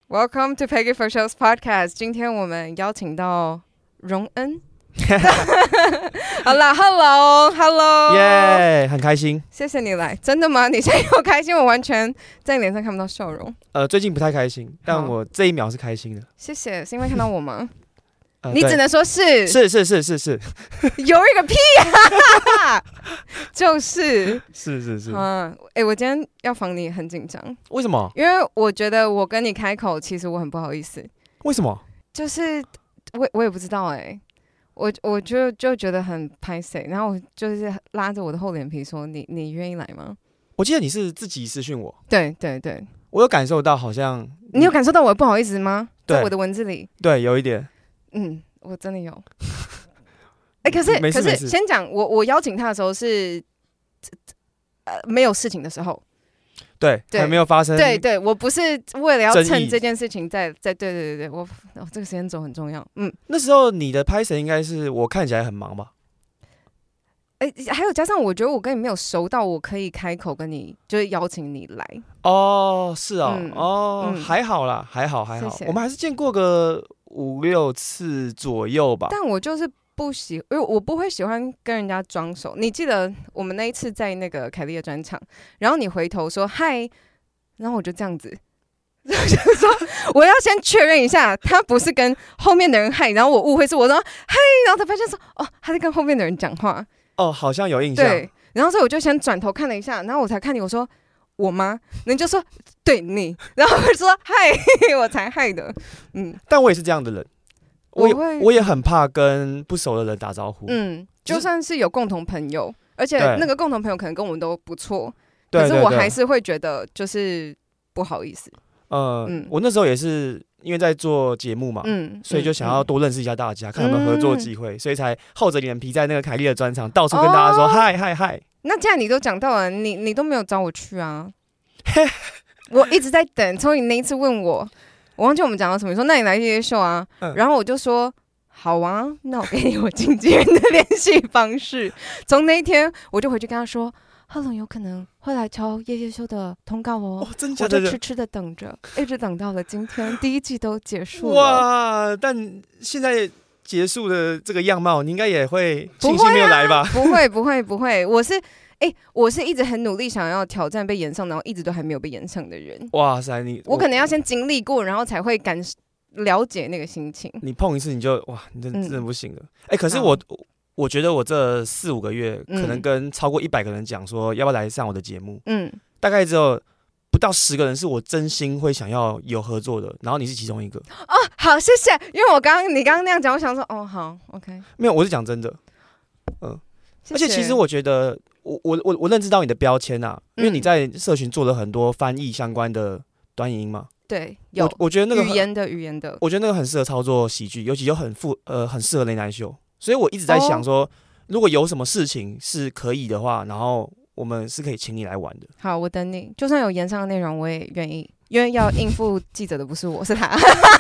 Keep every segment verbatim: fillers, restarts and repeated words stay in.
Welcome to Peggy for Show's podcast。今天我们邀请到荣恩。好啦 ，Hello Hello， 耶， yeah, 很开心。 谢谢你来，真的吗？你现在有开心？我完全在你脸上看不到笑容。 呃，最近不太开心，但我这一秒是开心的。 谢谢，是因为看到我吗？ 呃、 你只能说是， 是是是是是， 有一个屁啊！就是是是是。 嗯，哎、欸，我今天要访你很紧张。 为什么？ 因为我觉得我跟你开口，其实我很不好意思。 为什么？ 就是我我也不知道哎、欸，我我就就觉得很拍谁，然后我就是拉着我的厚脸皮说：“你你愿意来吗？” 我记得你是自己私讯我。对对对， 我有感受到，好像你, 你有感受到我的不好意思吗？在我的文字里， 对，有一点。 嗯，我真的有。哎、欸，可是可是先讲，我我邀请他的时候是呃没有事情的时候， 对，对还没有发生。 对对，我不是为了要趁这件事情在在对对对对，我哦这个时间轴很重要。嗯， 那时候你的拍摄应该是我看起来很忙吧？ 哎、欸，还有加上我觉得我跟你没有熟到我可以开口跟你就是邀请你来。 哦，是哦， 嗯、 哦、嗯，还好啦，还好还好，谢谢我们还是见过个五六次左右吧。 但我就是不喜，因为我不会喜欢跟人家装熟。你记得我们那一次在那个凯莉的专场，然后你回头说嗨，然后我就这样子，我就说我要先确认一下，他不是跟后面的人嗨，然后我误会是我说嗨，然后才发现说哦，他在跟后面的人讲话。 哦，好像有印象。 对，然后所以我就先转头看了一下，然后我才看你，我说我吗？你就说对你，然后我就说嗨，我才嗨的。嗯， 但我也是这样的人。我也我也很怕跟不熟的人打招呼。 嗯，就算是有共同朋友，而且那个共同朋友可能跟我们都不错，可是我还是会觉得就是不好意思。 呃、嗯，我那时候也是因为在做节目嘛，嗯，所以就想要多认识一下大家，嗯、看有没有合作机会，嗯、所以才厚着脸皮在那个凯莉的专场到处跟大家说嗨嗨嗨。 那既然你都讲到了，你你都没有找我去啊？我一直在等，从你那一次问我。我忘记我们讲到什么，你说那你来夜夜秀啊、嗯，然后我就说好啊，那我给你我经纪人的联系方式。从那一天我就回去跟他说，贺龙有可能会来敲夜夜秀的通告哦， 哦真假的， 我就痴痴的等着，一直等到了今天，第一季都结束了。 哇！但现在结束的这个样貌，你应该也会庆幸没有来吧？ 不会、啊、不会不会不会，我是。哎、欸，我是一直很努力想要挑战被延上，然后一直都还没有被延上的人。 哇塞，你我, 我可能要先经历过，然后才会感了解那个心情。 你碰一次你就哇，你真真的不行了。哎、嗯欸，可是我我觉得我这四五个月、嗯、可能跟超过一百个人讲说要不要来上我的节目，嗯，大概只有不到十个人是我真心会想要有合作的，然后你是其中一个。 哦，好，谢谢。因为我刚刚你刚刚那样讲，我想说哦，好 ，OK。 没有，我是讲真的，嗯、呃，而且其实我觉得。我我我我认知到你的标签啊，因为你在社群做了很多翻译相关的短影音嘛。 对，有。 我我觉得那个语言的语言的， 我觉得那个很适合操作喜剧，尤其又很富呃很适合雷男秀。所以我一直在想说，哦、如果有什么事情是可以的话，然后我们是可以请你来玩的。 好，我等你，就算有延上的内容，我也愿意，因为要应付记者的不是我，是他。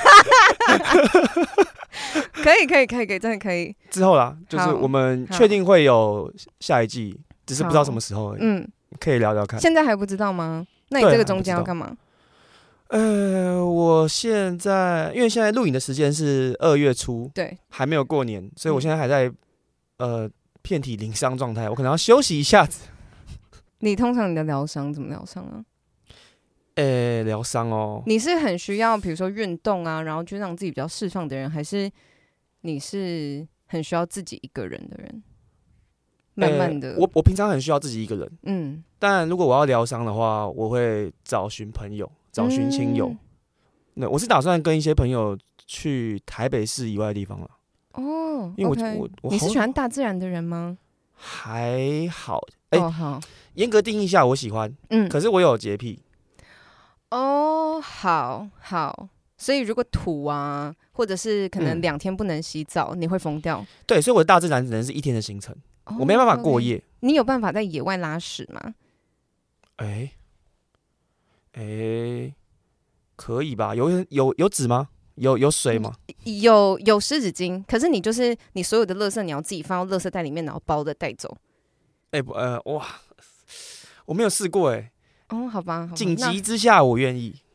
可以可以可以可以，真的可以。 之后啦，就是我们确定会有下一季。只是不知道什么时候而已，嗯，可以聊聊看。 现在还不知道吗？那你这个中间要干嘛？ 呃，我现在因为现在录影的时间是二月初， 对， 还没有过年，所以我现在还在、嗯、呃遍体鳞伤状态，我可能要休息一下子。 你通常你的疗伤怎么疗伤啊？ 呃，疗伤哦， 你是很需要比如说运动啊，然后就让自己比较释放的人，还是你是很需要自己一个人的人？慢慢的， 欸、我我平常很需要自己一个人，嗯，但如果我要疗伤的话，我会找寻朋友，找寻亲友。嗯、那我是打算跟一些朋友去台北市以外的地方了。 哦， 因为我、 okay、 我我你是喜欢大自然的人吗？ 还好，哎、欸， 哦、好， 严格定义一下，我喜欢，嗯，可是我有洁癖。 哦，好好，所以如果土啊，或者是可能两天不能洗澡，嗯、你会疯掉。 对，所以我的大自然只能是一天的行程。Oh, 我没办法过夜。Okay. 你有办法在野外拉屎吗？ 哎、欸，哎、欸，可以吧？有有有纸吗？有有水吗？ 有有湿纸巾，可是你就是你所有的垃圾你要自己放到垃圾袋里面，然后包的带走。 哎、欸，呃，哇，我没有试过哎、欸。 哦，好吧， 紧急之下我愿意。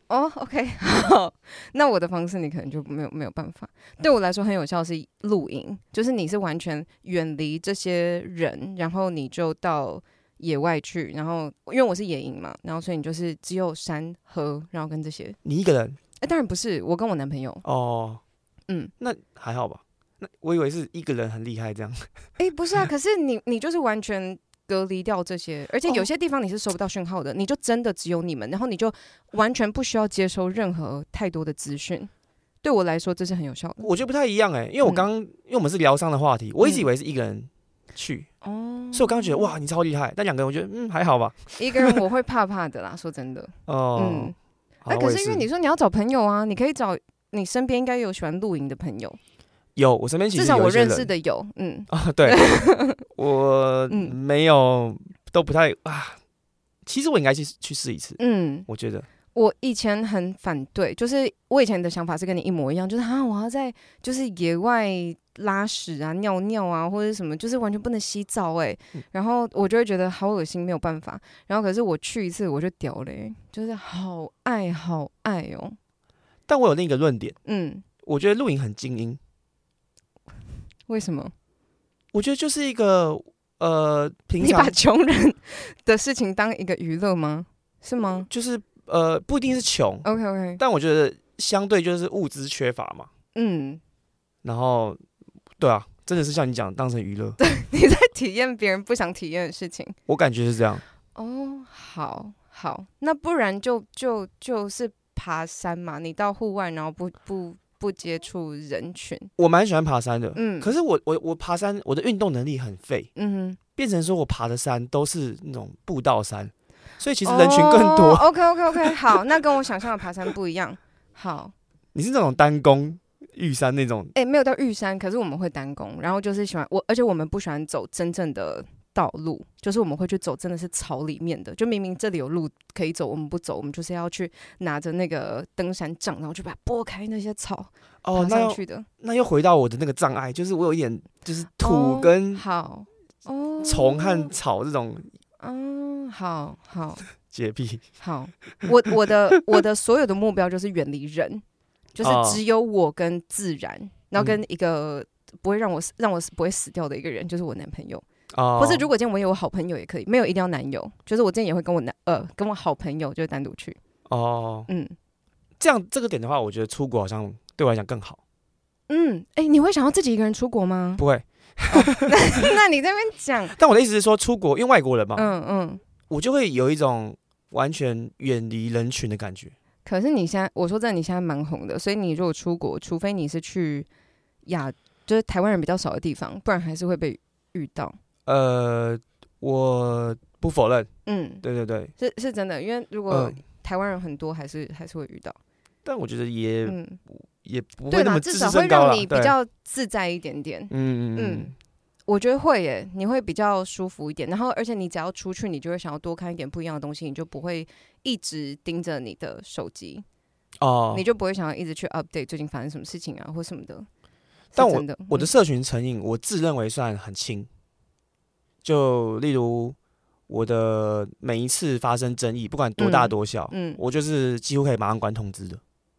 哦、oh, ，OK， 好，那我的方式你可能就没有没有办法。对我来说很有效的是露营，就是你是完全远离这些人，然后你就到野外去，然后因为我是野营嘛，然后所以你就是只有山河，然后跟这些。 你一个人？ 哎、欸，当然不是，我跟我男朋友。 哦， 嗯， 那还好吧？那我以为是一个人很厉害这样。 哎、欸，不是啊，可是你你就是完全隔离掉这些，而且有些地方你是收不到讯号的，哦、你就真的只有你们，然后你就完全不需要接收任何太多的资讯。对我来说，这是很有效的。 我觉得不太一样哎、欸，因为我刚、嗯、因为我们是疗伤的话题，我一直以为是一个人去，哦、嗯，所以我刚刚觉得哇，你超厉害。但两个人我觉得嗯还好吧。 一个人我会怕怕的啦，说真的。哦，嗯，哎、欸，可是因为你说你要找朋友啊，你可以找你身边应该有喜欢露营的朋友。 有，我身边其实至少我认识的有，嗯啊，对，我没有，都不太啊。其实我应该去去试一次，嗯，我觉得我以前很反对，就是我以前的想法是跟你一模一样，就是啊，我要在就是野外拉屎啊、尿尿啊，或者什么，就是完全不能洗澡哎、欸嗯，然后我就会觉得好恶心，没有办法。然后可是我去一次我就屌了、欸，就是好爱好爱哦、喔。 但我有另一个论点，嗯，我觉得露营很精英。 为什么？ 我觉得就是一个呃，平常你把穷人的事情当一个娱乐吗？是吗？ 就是呃，不一定是穷 ，OK OK， 但我觉得相对就是物资缺乏嘛，嗯，然后对啊，真的是像你讲，当成娱乐， 对，你在体验别人不想体验的事情， 我感觉是这样。 哦，好好，那不然就就就是爬山嘛，你到户外，然后不不。不接触人群， 我蛮喜欢爬山的。嗯，可是我我我爬山，我的运动能力很废。嗯哼，变成说我爬的山都是那种步道山，所以其实人群更多。 哦、OK OK OK， 好，那跟我想象的爬山不一样。好， 你是那种单攻玉山那种？ 哎、欸，没有到玉山，可是我们会单攻，然后就是喜欢我，而且我们不喜欢走真正的道路，就是我们会去走真的是草里面的，就明明这里有路可以走，我们不走，我们就是要去拿着那个登山杖，然后就把它拨开那些草，哦，爬上去的。 那又回到我的那个障碍，就是我有一点就是土跟好哦虫和草这种， 嗯，好好洁癖。 好，我我的我的所有的目标就是远离人，就是只有我跟自然，哦、然后跟一个不会让我让我不会死掉的一个人，就是我男朋友。Oh. 或是如果今天我有好朋友也可以，没有一定要男友，就是我今天也会跟我男呃跟我好朋友就单独去。哦， oh. 嗯，这样这个点的话，我觉得出国好像对我来讲更好。 嗯，哎、欸，你会想要自己一个人出国吗？ 不会。 哦、那, 那你这边讲， 但我的意思是说，出国因为外国人嘛，嗯嗯，我就会有一种完全远离人群的感觉。 可是你现在，我说真的，你现在蛮红的，所以你如果出国，除非你是去亚，就是台湾人比较少的地方，不然还是会被遇到。 呃，我不否认，嗯，对对对， 是是真的，因为如果台湾人很多，还是还是会遇到。 但我觉得也、嗯、也不会那么自视甚高啦， 至少会让你比较自在一点点。嗯嗯，我觉得会耶，你会比较舒服一点。然后，而且你只要出去，你就会想要多看一点不一样的东西，你就不会一直盯着你的手机哦，你就不会想要一直去 update 最近发生什么事情啊，或什么的。 但我的、嗯、我的社群成瘾，我自认为算很轻。就例如我的每一次发生争议，不管多大多小，嗯嗯、我就是几乎可以马上关通知的。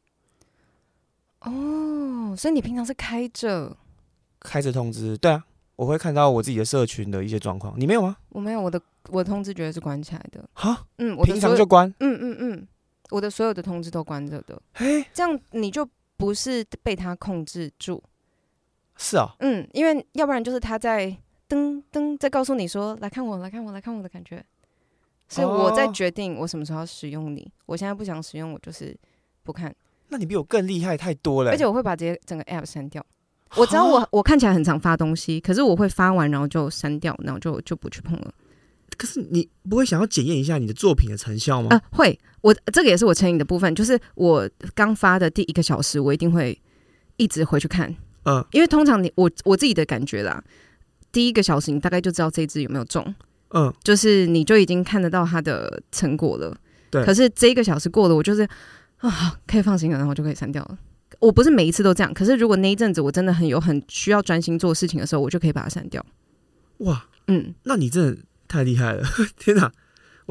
哦，所以你平常是开着开着通知？对啊，我会看到我自己的社群的一些状况。你没有吗？ 我没有，我的我的通知绝对是关起来的。 哈，嗯，我平常就关。 嗯嗯嗯，我的所有的通知都关着的。嘿，这样你就不是被他控制住。 是啊， 嗯，因为要不然就是他在。噔噔，在告诉你说来看我，来看我，来看我的感觉，是我在决定我什么时候要使用你。我现在不想使用，我就是不看。 那你比我更厉害太多了、欸， 而且我会把这些整个 app 删掉。我知道我我看起来很常发东西，可是我会发完然后就删掉，然后就就不去碰了。 可是你不会想要检验一下你的作品的成效吗？ 啊、呃，会。我这个也是我成瘾的部分，就是我刚发的第一个小时，我一定会一直回去看。嗯，因为通常你我我自己的感觉啦。第一个小时你大概就知道这一支有没有中，嗯，就是你就已经看得到它的成果了。对，可是这一个小时过了，我就是啊，可以放心了，然后就可以删掉了。我不是每一次都这样，可是如果那一阵子我真的很有很需要专心做事情的时候，我就可以把它删掉。 哇，嗯，那你真的太厉害了！天哪，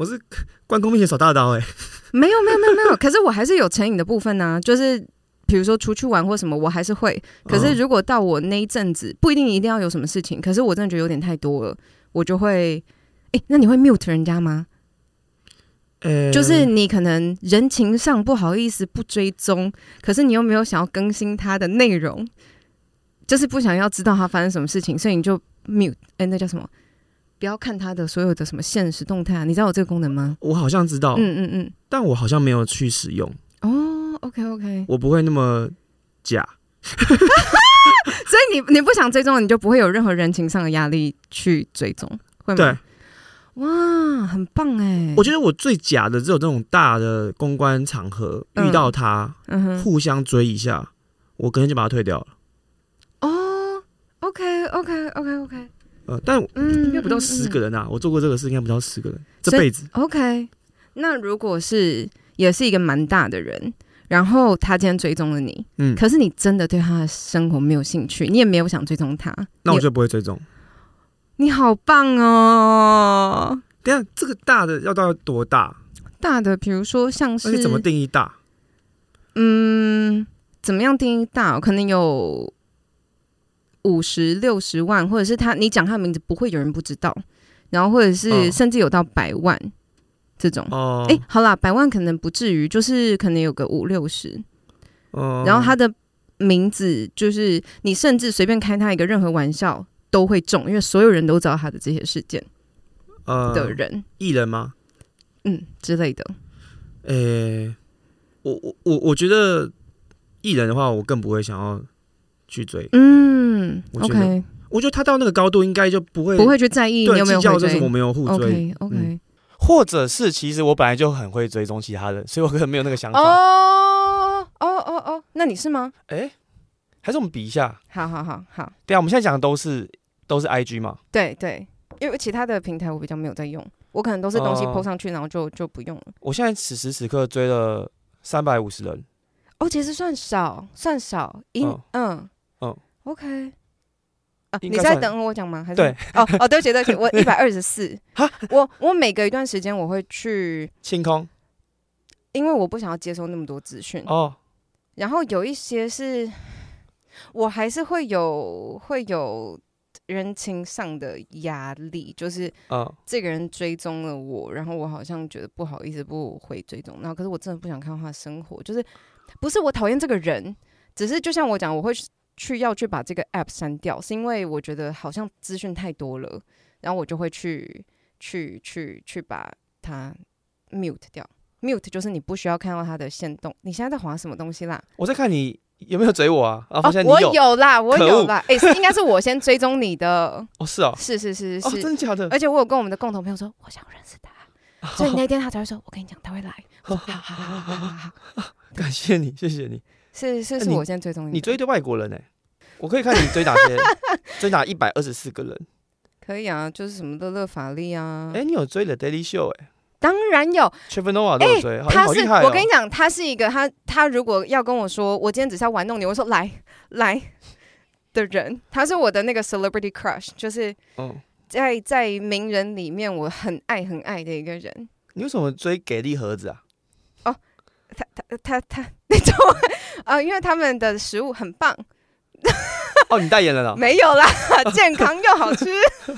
我是关公面前耍大刀哎、欸， 没有没有没有没有，可是我还是有成瘾的部分啊，就是比如说出去玩或什么，我还是会。可是如果到我那一阵子，不一定一定要有什么事情，可是我真的觉得有点太多了，我就会，哎、欸，那你会 mute 人家吗？欸、就是你可能人情上不好意思不追踪，可是你又没有想要更新他的内容，就是不想要知道他发生什么事情，所以你就 mute， 哎、欸，那叫什么？不要看他的所有的什么现实动态啊，你知道有这个功能吗？ 我好像知道，嗯嗯嗯，但我好像没有去使用。 哦 ，OK OK， 我不会那么假， 所以你你不想追踪，你就不会有任何人情上的压力去追踪，会吗？ 对。 哇，很棒哎！ 我觉得我最假的只有这种大的公关场合、嗯、遇到他、嗯，互相追一下，我可能就把他退掉了。 哦 ，OK OK OK OK， 呃，但应该不到十个人啊、嗯嗯嗯，我做过这个事应该不到十个人，这辈子。 OK， 那如果是也是一个蛮大的人，然后他今天追踪了你，嗯，可是你真的对他的生活没有兴趣，你也没有想追踪他， 那我就不会追踪。 你好棒哦！ 等一下，这个大的要到多大？ 大的，比如说像是， 而且怎么定义大？ 嗯，怎么样定义大？可能有五十六十万，或者是他，你讲他的名字不会有人不知道，然后或者是甚至有到百万、哦、这种。哦，哎，好啦，百万可能不至于，就是可能有个五六十。哦，然后他的名字就是你甚至随便开他一个任何玩笑。都会中，因为所有人都知道他的这些事件的人， 艺、呃、人吗？ 嗯之类的。 呃、欸，我我我我觉得艺人的话，我更不会想要去追。嗯我觉得 ，OK， 我觉得他到那个高度，应该就不会不会去在意你有没有回追， 就是我没有互追。 OK OK，、嗯、 或者是其实我本来就很会追踪其他人，所以我可能没有那个想法。 哦哦哦哦，那你是吗？ 哎、欸，还是我们比一下？ 好好好好。 对啊，我们现在讲的都是。都是 I G 嘛？ 对对，因为其他的平台我比较没有在用，我可能都是东西 po 上去，然后就就不用了。 我现在此时此刻追了三百五十人， 哦，其实算少，算少。嗯嗯嗯 ，OK。啊，你在等我讲吗？还是对？ 哦哦，对不起对不起，我一百二十四。我我每隔一段时间我会去清空， 因为我不想要接收那么多资讯哦。然后有一些是，我还是会有会有。人情上的压力，就是这个人追踪了我，然后我好像觉得不好意思不回追踪，然后可是我真的不想看到他的生活，就是不是我讨厌这个人，只是就像我讲，我会去要去把这个 app 删掉，是因为我觉得好像资讯太多了，然后我就会去去去去把它 mute 掉 ，mute 就是你不需要看到他的限动。你现在在滑什么东西啦？ 我在看你。有没有追我啊？啊，发现你有、哦，我有啦，我有啦。哎、欸，应该是我先追踪你的。 哦，是哦， 是是是是是、 哦，真的假的？ 而且我有跟我们的共同朋友说，我想认识他，哦、所以那天他才会说，我跟你讲，他会来。好好好好好好， 感谢你，谢谢你。 是是是，我先追踪你。 你追对外国人哎、欸，我可以看你追哪些？追哪一百二十四个人？ 可以啊，就是什么乐乐法力啊。 哎、欸，你有追The Daily Show 哎、欸？ 当然有 ，Trevor Noah 都有追，欸、 他是、 哦、 我跟你讲，他是一个他他如果要跟我说，我今天只是要玩弄你，我说来来的人，他是我的那个 celebrity crush， 就是在在名人里面我很爱很爱的一个人。 你为什么追给力盒子啊？ 哦，他他他他那种啊，因为他们的食物很棒。 哦，你代言了呢？ 没有啦，健康又好吃。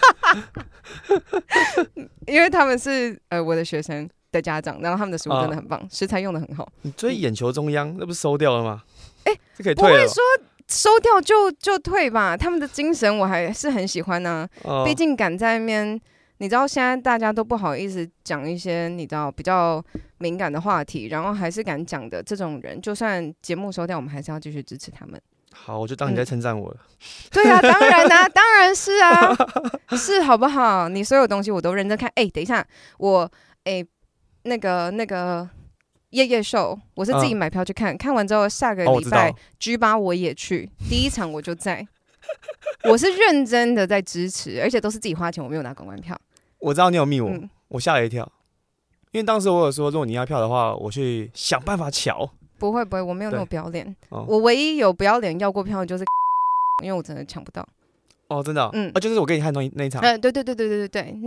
因为他们是呃我的学生的家长，然后他们的食物真的很棒，哦、食材用的很好。 你追眼球中央，那不是收掉了吗？ 哎、欸， 这可以退了。 不会说收掉就就退吧？他们的精神我还是很喜欢呢、啊。毕、哦、竟敢在那边，你知道现在大家都不好意思讲一些你知道比较敏感的话题，然后还是敢讲的这种人，就算节目收掉，我们还是要继续支持他们。 好，我就当你在称赞我了、嗯。 对啊，当然啊，当然是啊，是好不好？你所有东西我都认真看。哎、欸，等一下，我哎、欸、那个那个夜夜秀，我是自己买票去看，嗯、看完之后下个礼拜 G 八我也去，第一场我就在。我是认真的在支持，而且都是自己花钱，我没有拿公关票。 我知道你有密我，嗯、我吓了一跳，因为当时我有说，如果你要票的话，我去想办法瞧。 不会不会，我没有那么不要脸、哦。我唯一有不要脸要过票的就是，因为我真的抢不到。 哦，真的、哦，嗯，啊，就是我跟你看那那一场。 呃，对对对对对对对，那个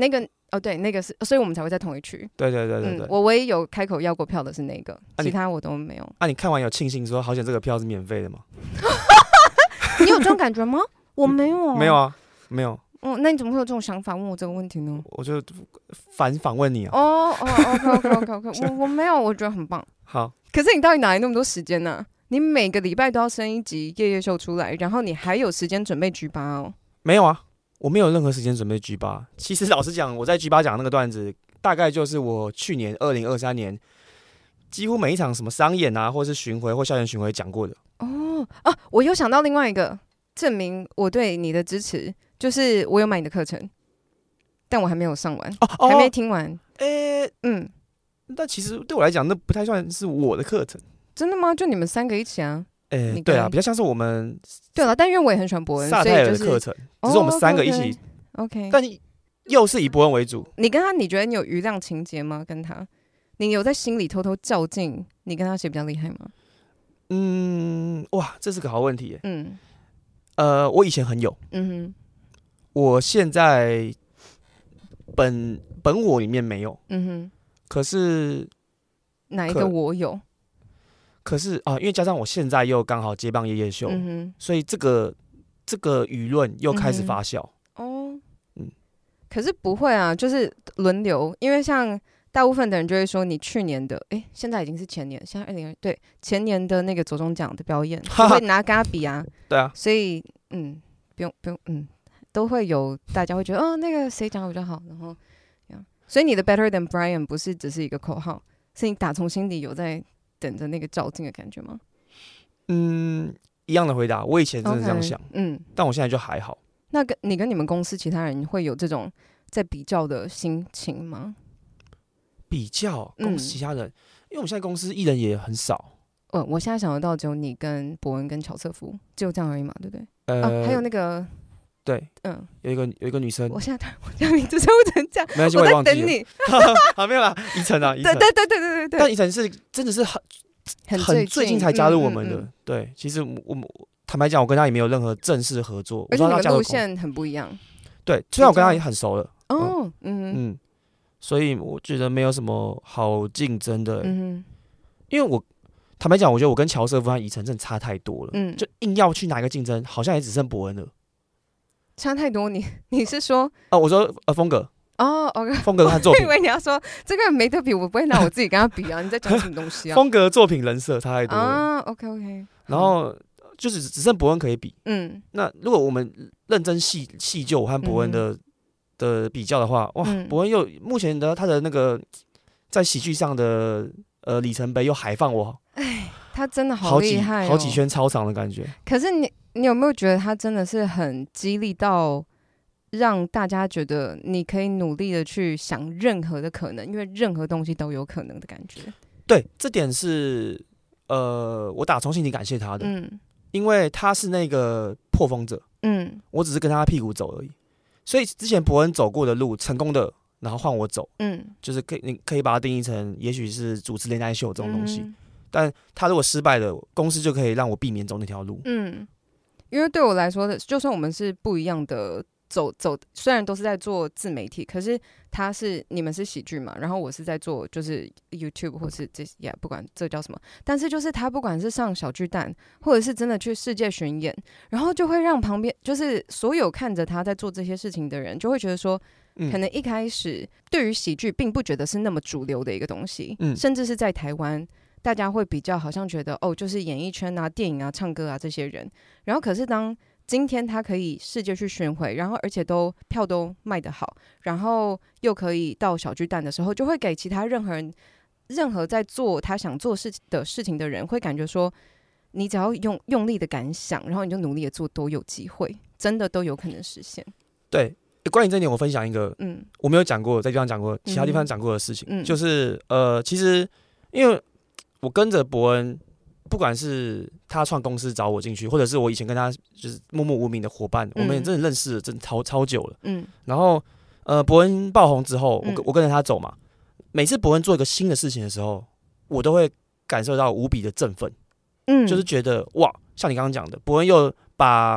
哦，对，那个是，所以我们才会在同一区。 对对对对对、嗯。 我唯一有开口要过票的是那个，啊、其他我都没有。 啊，你看完有庆幸说好险这个票是免费的吗？ 你有这种感觉吗？我没有、啊。 没有啊，没有。 哦，那你怎么会有这种想法？问我这个问题呢？ 我就反访问你啊。 哦哦 ，OK OK OK OK， 我我没有，我觉得很棒。 好。 可是你到底哪来那么多时间呢、啊？你每个礼拜都要生一集夜夜秀出来，然后你还有时间准备 G 八哦？ 没有啊，我没有任何时间准备 G 八。其实老实讲，我在 G 八讲那个段子，大概就是我去年二零二三年几乎每一场什么商演啊，或是巡回或校园巡回讲过的。 哦啊，我又想到另外一个证明我对你的支持，就是我有买你的课程，但我还没有上完，哦哦、还没听完。 诶、欸，嗯，但其实对我来讲，那不太算是我的课程。 真的吗？就你们三个一起啊？ 诶、欸，对啊，比较像是我们。 对了，但因为我也很喜欢伯恩， 萨泰尔的课程，只是我们三个一起。 Oh, OK，, okay. 但又是以伯恩为主。 你跟他，你觉得你有余量情节吗？跟他，你有在心里偷偷较劲？你跟他谁比较厉害吗？ 嗯，哇，这是个好问题耶。嗯，呃，我以前很有，嗯哼，我现在本本我里面没有，嗯哼，可是哪一个我有？ 可是啊，因为加上我现在又刚好接棒夜夜秀，嗯哼，所以这个这个舆论又开始发酵。 嗯哦，嗯，可是不会啊，就是轮流，因为像大部分的人就会说，你去年的，哎、欸，现在已经是前年，现在二零二对前年的那个走中奖的表演，就会拿跟他比啊。 对啊， 所以嗯，不用不用，嗯，都会有大家会觉得，哦，那个谁讲的比较好，然后，所以你的 Better Than Brian 不是只是一个口号，是你打从心底有在等着那个较劲的感觉吗？ 嗯，一样的回答，我以前真的这样想， okay, 嗯，但我现在就还好。 那跟你跟你们公司其他人会有这种在比较的心情吗？ 比较公司其他人，嗯、因为我们现在公司艺人也很少。 呃，我现在想得到只有你跟伯恩跟乔瑟夫，只有这样而已嘛，对不对？呃，啊、还有那个， 对，嗯，有一个有一个女生， 我现在我叫名字，我成这样， 没关系，我在等你。好，没有啦，宜晨啊，宜晨， 对对对对对对。 但宜晨是真的是很很很最近才加入我们的，嗯嗯嗯、对，其实我们坦白讲，我跟他也没有任何正式合作， 而且你们路线很不一样。 对，虽然我跟他也很熟了， 哦，嗯嗯。所以我觉得没有什么好竞争的、欸，嗯、因为我坦白讲，我觉得我跟乔瑟夫和以晨真的差太多了，嗯，就硬要去哪一个竞争，好像也只剩伯恩了， 差太多。你你是说？ 哦，我说呃风格， 哦 ，OK， 风格和作品。 我以为你要说这个没得比，我不会拿我自己跟他比啊。你在讲什么东西啊？ 风格、作品、人设差太多了啊 ，OK OK。 然后就是只剩伯恩可以比，嗯，那如果我们认真细细究我和伯恩的。嗯的比较的话，哇，伯恩又目前的他的那个在喜剧上的呃里程碑又还放我， 哎，他真的好厉害、哦， 好几圈超长的感觉。 可是你你有没有觉得他真的是很激励到让大家觉得你可以努力的去想任何的可能，因为任何东西都有可能的感觉。 对，这点是呃我打从心底感谢他的，嗯，因为他是那个破风者，嗯，我只是跟他屁股走而已。所以之前伯恩走过的路，成功的，然后换我走，嗯，就是可以，你可以把它定义成，也许是主持恋爱秀这种东西，嗯、但他如果失败了，公司就可以让我避免走那条路， 嗯，因为对我来说的，就算我们是不一样的走走，虽然都是在做自媒体，可是他是你们是喜剧嘛，然后我是在做就是 YouTube 或是这呀，不管这叫什么，但是就是他不管是上小巨蛋，或者是真的去世界巡演，然后就会让旁边就是所有看着他在做这些事情的人，就会觉得说，嗯、可能一开始对于喜剧并不觉得是那么主流的一个东西，嗯、甚至是在台湾。大家会比较好像觉得哦，就是演艺圈啊、电影啊、唱歌啊这些人，然后可是当今天他可以世界去巡回，然后而且都票都卖得好，然后又可以到小巨蛋的时候，就会给其他任何人、任何在做他想做事的事情的人，会感觉说，你只要用用力的敢想，然后你就努力的做，都有机会，真的都有可能实现。 对，关于这点，我分享一个，嗯，我没有讲过，在地方讲过，其他地方讲过的事情，嗯、就是呃，其实因为我跟着伯恩。不管是他创公司找我进去，或者是我以前跟他就是默默无名的伙伴，嗯、我们也真的认识了，真的超超久了。嗯，然后呃，伯恩爆红之后，我我跟着他走嘛。每次伯恩做一个新的事情的时候，我都会感受到无比的振奋。嗯，就是觉得哇，像你刚刚讲的，伯恩又把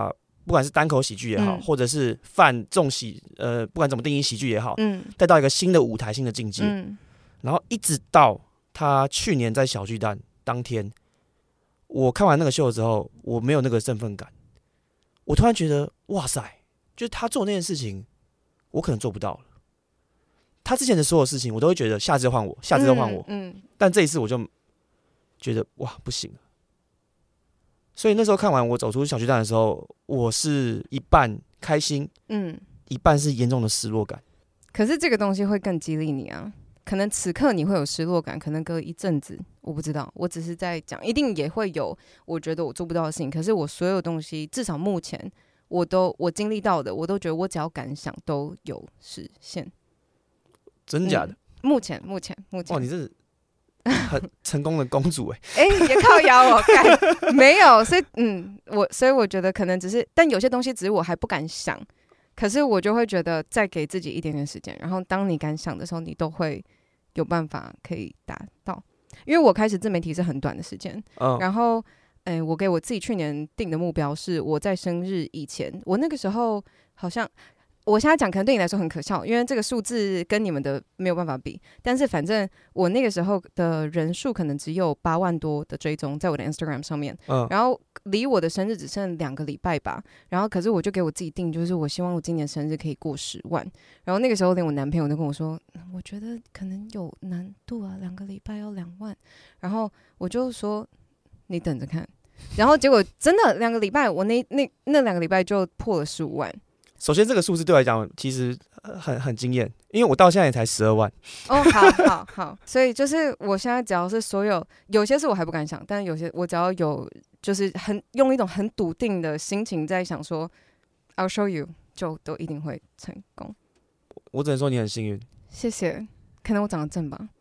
不管是单口喜剧也好，嗯、或者是泛重喜，呃，不管怎么定义喜剧也好， 嗯， 带到一个新的舞台、新的境界， 嗯， 然后一直到他去年在小巨蛋当天，我看完那个秀之后，我没有那个振奋感，我突然觉得，哇塞，就是他做那件事情，我可能做不到了。他之前的所有事情，我都会觉得下次换我，下次又换我， 嗯，嗯但这一次我就觉得哇，不行了。所以那时候看完我走出小巨蛋的时候，我是一半开心， 嗯， 一半是严重的失落感。 可是这个东西会更激励你啊，可能此刻你会有失落感，可能隔一阵子我不知道，我只是在讲，一定也会有我觉得我做不到的事情。可是我所有东西，至少目前我都我经历到的，我都觉得我只要敢想都有实现。 真的假的？ 嗯、目前目前目前， 哇，你这是很成功的公主哎、 欸！哎、欸，也靠摇我干没有，所以嗯，我所以我觉得可能只是，但有些东西只是我还不敢想，可是我就会觉得再给自己一点点时间，然后当你敢想的时候，你都会有办法可以达到。因为我开始自媒体是很短的时间， 嗯、 然后哎、欸，我给我自己去年定的目标是我在生日以前，我那个时候好像。我现在讲可能对你来说很可笑，因为这个数字跟你们的没有办法比。但是反正我那个时候的人数可能只有八万多的追踪在我的 Instagram 上面， 嗯、 然后离我的生日只剩两个礼拜吧。然后可是我就给我自己定，就是我希望我今年生日可以过十万。然后那个时候连我男朋友都跟我说，我觉得可能有难度啊，两个礼拜要两万。然后我就说你等着看。然后结果真的两个礼拜，我那那那两个礼拜就破了十五万。 首先，这个数字对我来讲其实很很惊艳，因为我到现在也才十二万。 哦，好好好，所以就是我现在只要是所有，有些事我还不敢想，但有些我只要有，就是很用一种很笃定的心情在想说 ，I'll show you， 就都一定会成功。 我只能说你很幸运， 谢谢，可能我长得正吧。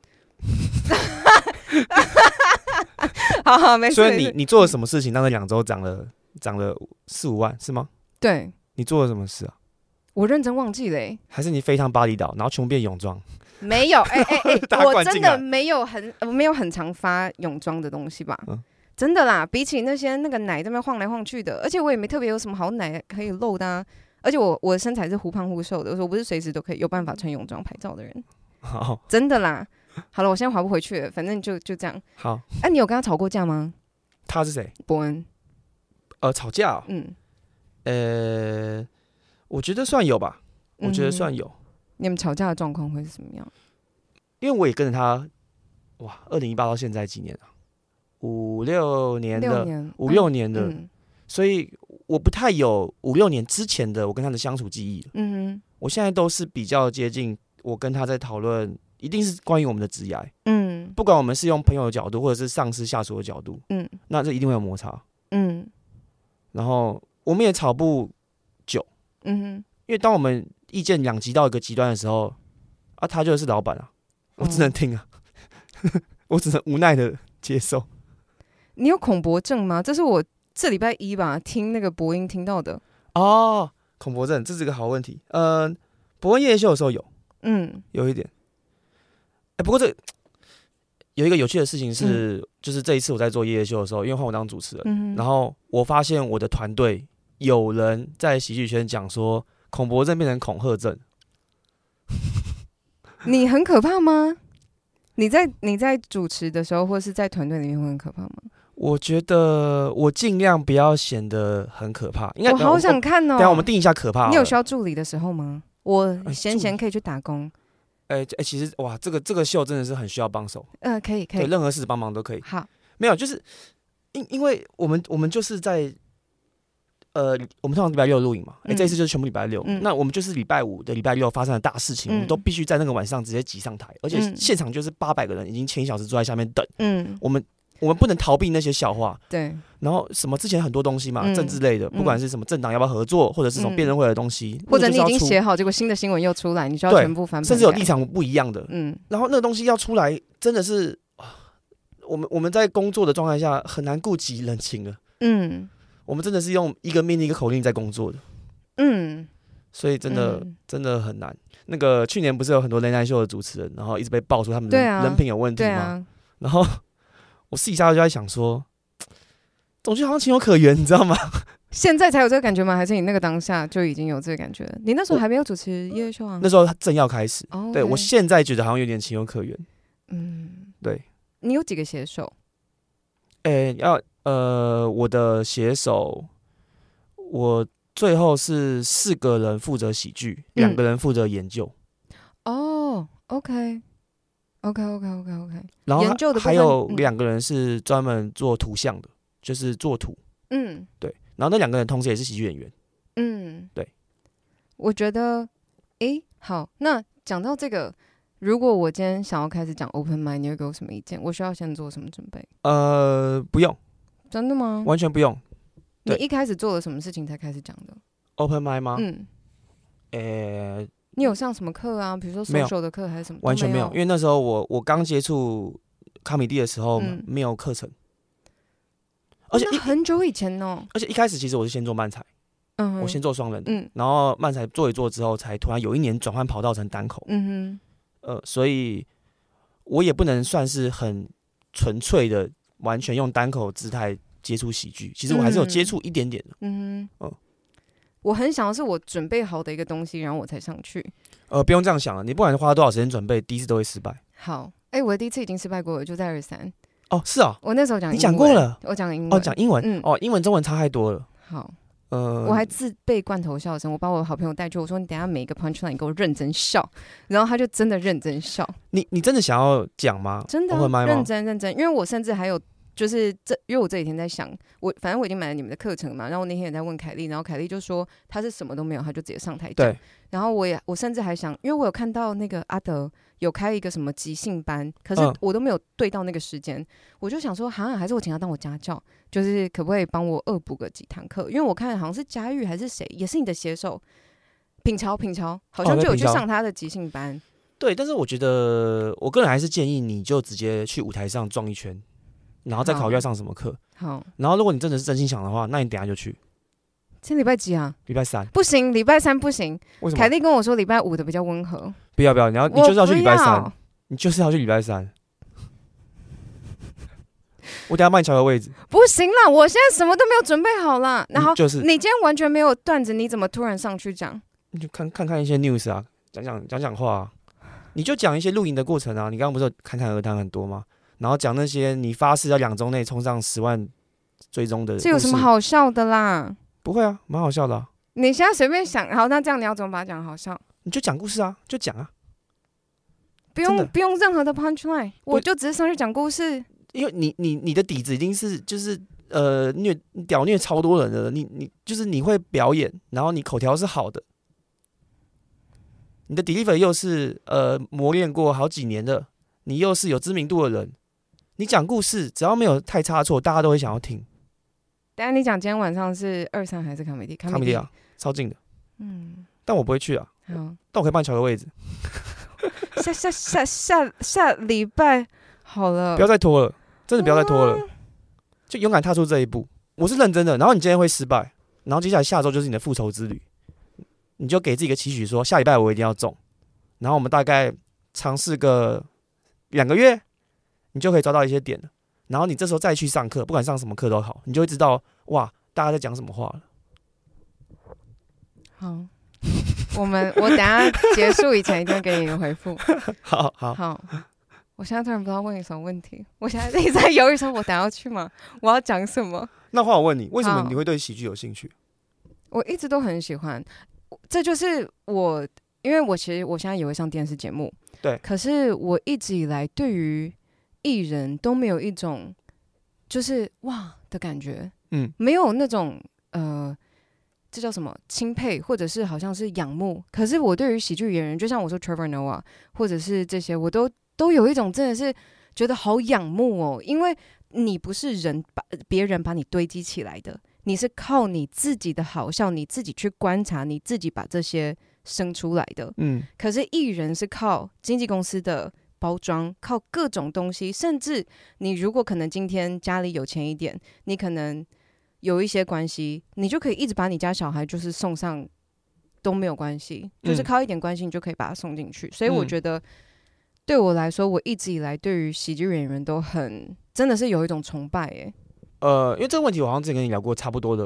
好好，没事。 所以你你做了什么事情，让这两周涨了涨了四五万是吗？ 对。 你做了什么事啊？ 我认真忘记了、欸， 还是你飞趟巴厘岛，然后全部变泳装？ 没有，哎哎哎，我真的没有很我没有很常发泳装的东西吧？嗯、真的啦，比起那些那个奶这边晃来晃去的，而且我也没特别有什么好奶可以露的啊。而且我我的身材是忽胖忽瘦的，我不是随时都可以有办法穿泳装拍照的人。 好， 真的啦。好了，我现在滑不回去了，反正就就这样。 好， 哎、啊，你有跟他吵过架吗？ 他是谁？ 伯恩。 呃，吵架、哦？嗯。呃，我觉得算有吧，我觉得算有。嗯、 你们吵架的状况会是什么样？ 因为我也跟着他，哇，二零一八到现在几年啊？五六年的，五六年的、嗯，所以我不太有五六年之前的我跟他的相处记忆了。嗯哼，我现在都是比较接近，我跟他在讨论，一定是关于我们的职涯。嗯，不管我们是用朋友的角度，或者是上司下属的角度，嗯，那这一定会有摩擦。嗯，然后。我们也吵不久，嗯哼，因为当我们意见两极到一个极端的时候，啊，他就是老板啊，我只能听啊，嗯、我只能无奈的接受。 你有恐博症吗？这是我这礼拜一吧听那个博音听到的。 哦，恐博症，这是个好问题。呃，博恩夜夜秀的时候有，嗯，有一点。哎、欸，不过这有一个有趣的事情是，嗯、就是这一次我在做夜夜秀的时候，因为换我当主持人，嗯、然后我发现我的团队。有人在喜剧圈讲说，恐博症变成恐吓症。 你很可怕吗？你在你在主持的时候，或是在团队里面会很可怕吗？ 我觉得我尽量不要显得很可怕。应该我好想看哦。 等一下我们定一下可怕。 你有需要助理的时候吗？我闲闲可以去打工。 哎、欸欸、其实哇，这个这个秀真的是很需要帮手。 呃，可以可以， 对，任何事帮忙都可以。 好， 没有，就是因因为我们我们就是在。呃，我们通常礼拜六录影嘛，哎、欸，这一次就是全部礼拜六、嗯。那我们就是礼拜五的礼拜六发生的大事情、嗯，我们都必须在那个晚上直接挤上台，而且现场就是八百个人，已经前一小时坐在下面等。嗯，我们我们不能逃避那些笑话。 对。 然后什么之前很多东西嘛，嗯、政治类的，不管是什么政党要不要合作，或者是什么辩论会的东西、 嗯，或者你已经写好，结果新的新闻又出来，你就要全部翻盘， 甚至有立场不一样的。嗯。然后那个东西要出来，真的是我们我们在工作的状态下很难顾及人情了。嗯。我们真的是用一个命令一个口令在工作的，嗯，所以真的、嗯、真的很难。那个去年不是有很多雷奈秀的主持人，然后一直被爆出他们的人品有问题吗？啊、然后我私底下就在想说，总觉得好像情有可原，你知道吗？ 现在才有这个感觉吗？还是你那个当下就已经有这个感觉了？你那时候还没有主持夜夜秀啊？ 那时候正要开始。 哦、 对， okay. 我现在觉得好像有点情有可原。 嗯， 对。 你有几个写手？ 诶、欸，要呃，我的写手，我最后是四个人负责喜剧，两、嗯、个人负责研究。 哦 ，OK，OK，OK，OK，、okay. okay, okay, okay. 然后研究的还有两个人是专门做图像的，嗯、就是做图。嗯，对。然后那两个人同时也是喜剧演员。嗯，对。 我觉得，诶，好，那讲到这个。如果我今天想要开始讲 open mic， 你会给我什么意见？我需要先做什么准备？ 呃，不用。 真的吗？ 完全不用。 你一开始做了什么事情才开始讲的 ？open mic 吗？ 嗯。 诶、欸， 你有上什么课啊？比如说 social 的课还是什么？ 完全没有，因为那时候我我刚接触 comedy 的时候、嗯、没有课程，而且那很久以前哦。 而且一开始其实我是先做漫才，嗯，我先做双人的， 嗯， 然后漫才做一做之后，才突然有一年转换跑道成单口， 嗯哼。 呃，所以我也不能算是很纯粹的完全用单口姿态接触喜剧，其实我还是有接触一点点的。 嗯哼，嗯，我很想的是我准备好的一个东西，然后我才上去。 呃，不用这样想了，你不管花多少时间准备，第一次都会失败。 好，哎、欸，我的第一次已经失败过了，就在二三。 哦，是啊、哦， 我那时候讲你讲过了， 我讲英文， 哦，讲英文， 嗯， 哦，英文中文差太多了。 好。呃，我还自备罐头笑声，我把我好朋友带去，我说你等一下每一个 punchline 你给我认真笑，然后他就真的认真笑。 你你真的想要讲吗？ 真的、啊，认真认真，因为我甚至还有就是这，因为我这几天在想，我反正我已经买了你们的课程嘛，然后我那天也在问凯莉，然后凯莉就说他是什么都没有，他就直接上台讲。然后我也我甚至还想，因为我有看到那个阿德有开一个什么即兴班，可是我都没有对到那个时间，嗯、我就想说，好像还是我请他当我家教，就是可不可以帮我恶补个几堂课？因为我看好像是佳玉还是谁，也是你的写手，品乔品乔好像就有去上他的即兴班。哦、 对，但是我觉得我个人还是建议你就直接去舞台上撞一圈，然后再考虑要上什么课。 好， 然后如果你真的是真心想的话，那你等一下就去。 今天礼拜几啊？ 礼拜三。 不行，礼拜三不行。 为什么？ 凯莉跟我说礼拜五的比较温和。 不要不要，你要你就是要去礼拜三，你就是要去礼拜三。我等一下帮你调个位置。 不行啦，我现在什么都没有准备好啦。然后就是你今天完全没有段子，你怎么突然上去讲？ 你就看看看一些 news 啊，讲讲讲讲话啊，你就讲一些录影的过程啊。你刚刚不是有侃侃而谈很多吗？然后讲那些你发誓要两周内冲上十万追踪的， 这有什么好笑的啦？ 不会啊，蛮好笑的啊。 你现在随便想，好，那这样你要怎么把它讲好笑？ 你就讲故事啊，就讲啊， 不用不用任何的 punchline， 我就只是上去讲故事。 因为你你你的底子已经是就是呃虐屌虐超多人的，你你就是你会表演，然后你口条是好的，你的 delivery 又是呃磨练过好几年的，你又是有知名度的人，你讲故事只要没有太差错，大家都会想要听。 等一下你讲今天晚上是二三还是comedy？ 卡米蒂啊，超近的。嗯，但我不会去啊。好，但我可以帮你调个位置。 下下下下下礼拜好了， 不要再拖了，真的不要再拖了，嗯、就勇敢踏出这一步。我是认真的。然后你今天会失败，然后接下来下周就是你的复仇之旅，你就给自己一个期许说，下礼拜我一定要中。然后我们大概尝试个两个月，你就可以抓到一些点了。然后你这时候再去上课，不管上什么课都好，你就会知道哇，大家在讲什么话了。 好，我们我等一下结束以前一定会给你一个回复。 好好好，我现在突然不知道问你什么问题，我现在一直在犹豫说，我等一下要去吗？我要讲什么？ 那换我问你，为什么你会对喜剧有兴趣？ 我一直都很喜欢，这就是我，因为我其实我现在也会上电视节目， 对， 可是我一直以来对于艺人都没有一种就是哇的感觉，嗯，没有那种呃，这叫什么钦佩，或者是好像是仰慕。可是我对于喜剧演员，就像我说 Trevor Noah， 或者是这些，我都都有一种真的是觉得好仰慕哦，因为你不是人把别人把你堆积起来的，你是靠你自己的好笑，你自己去观察，你自己把这些生出来的。嗯，可是艺人是靠经纪公司的包装，靠各种东西，甚至你如果可能今天家里有钱一点，你可能有一些关系，你就可以一直把你家小孩就是送上都没有关系，嗯、就是靠一点关系你就可以把他送进去。所以我觉得对我来说，我一直以来对于喜剧演员都很真的是有一种崇拜耶。 呃，因为这个问题我好像之前跟你聊过差不多的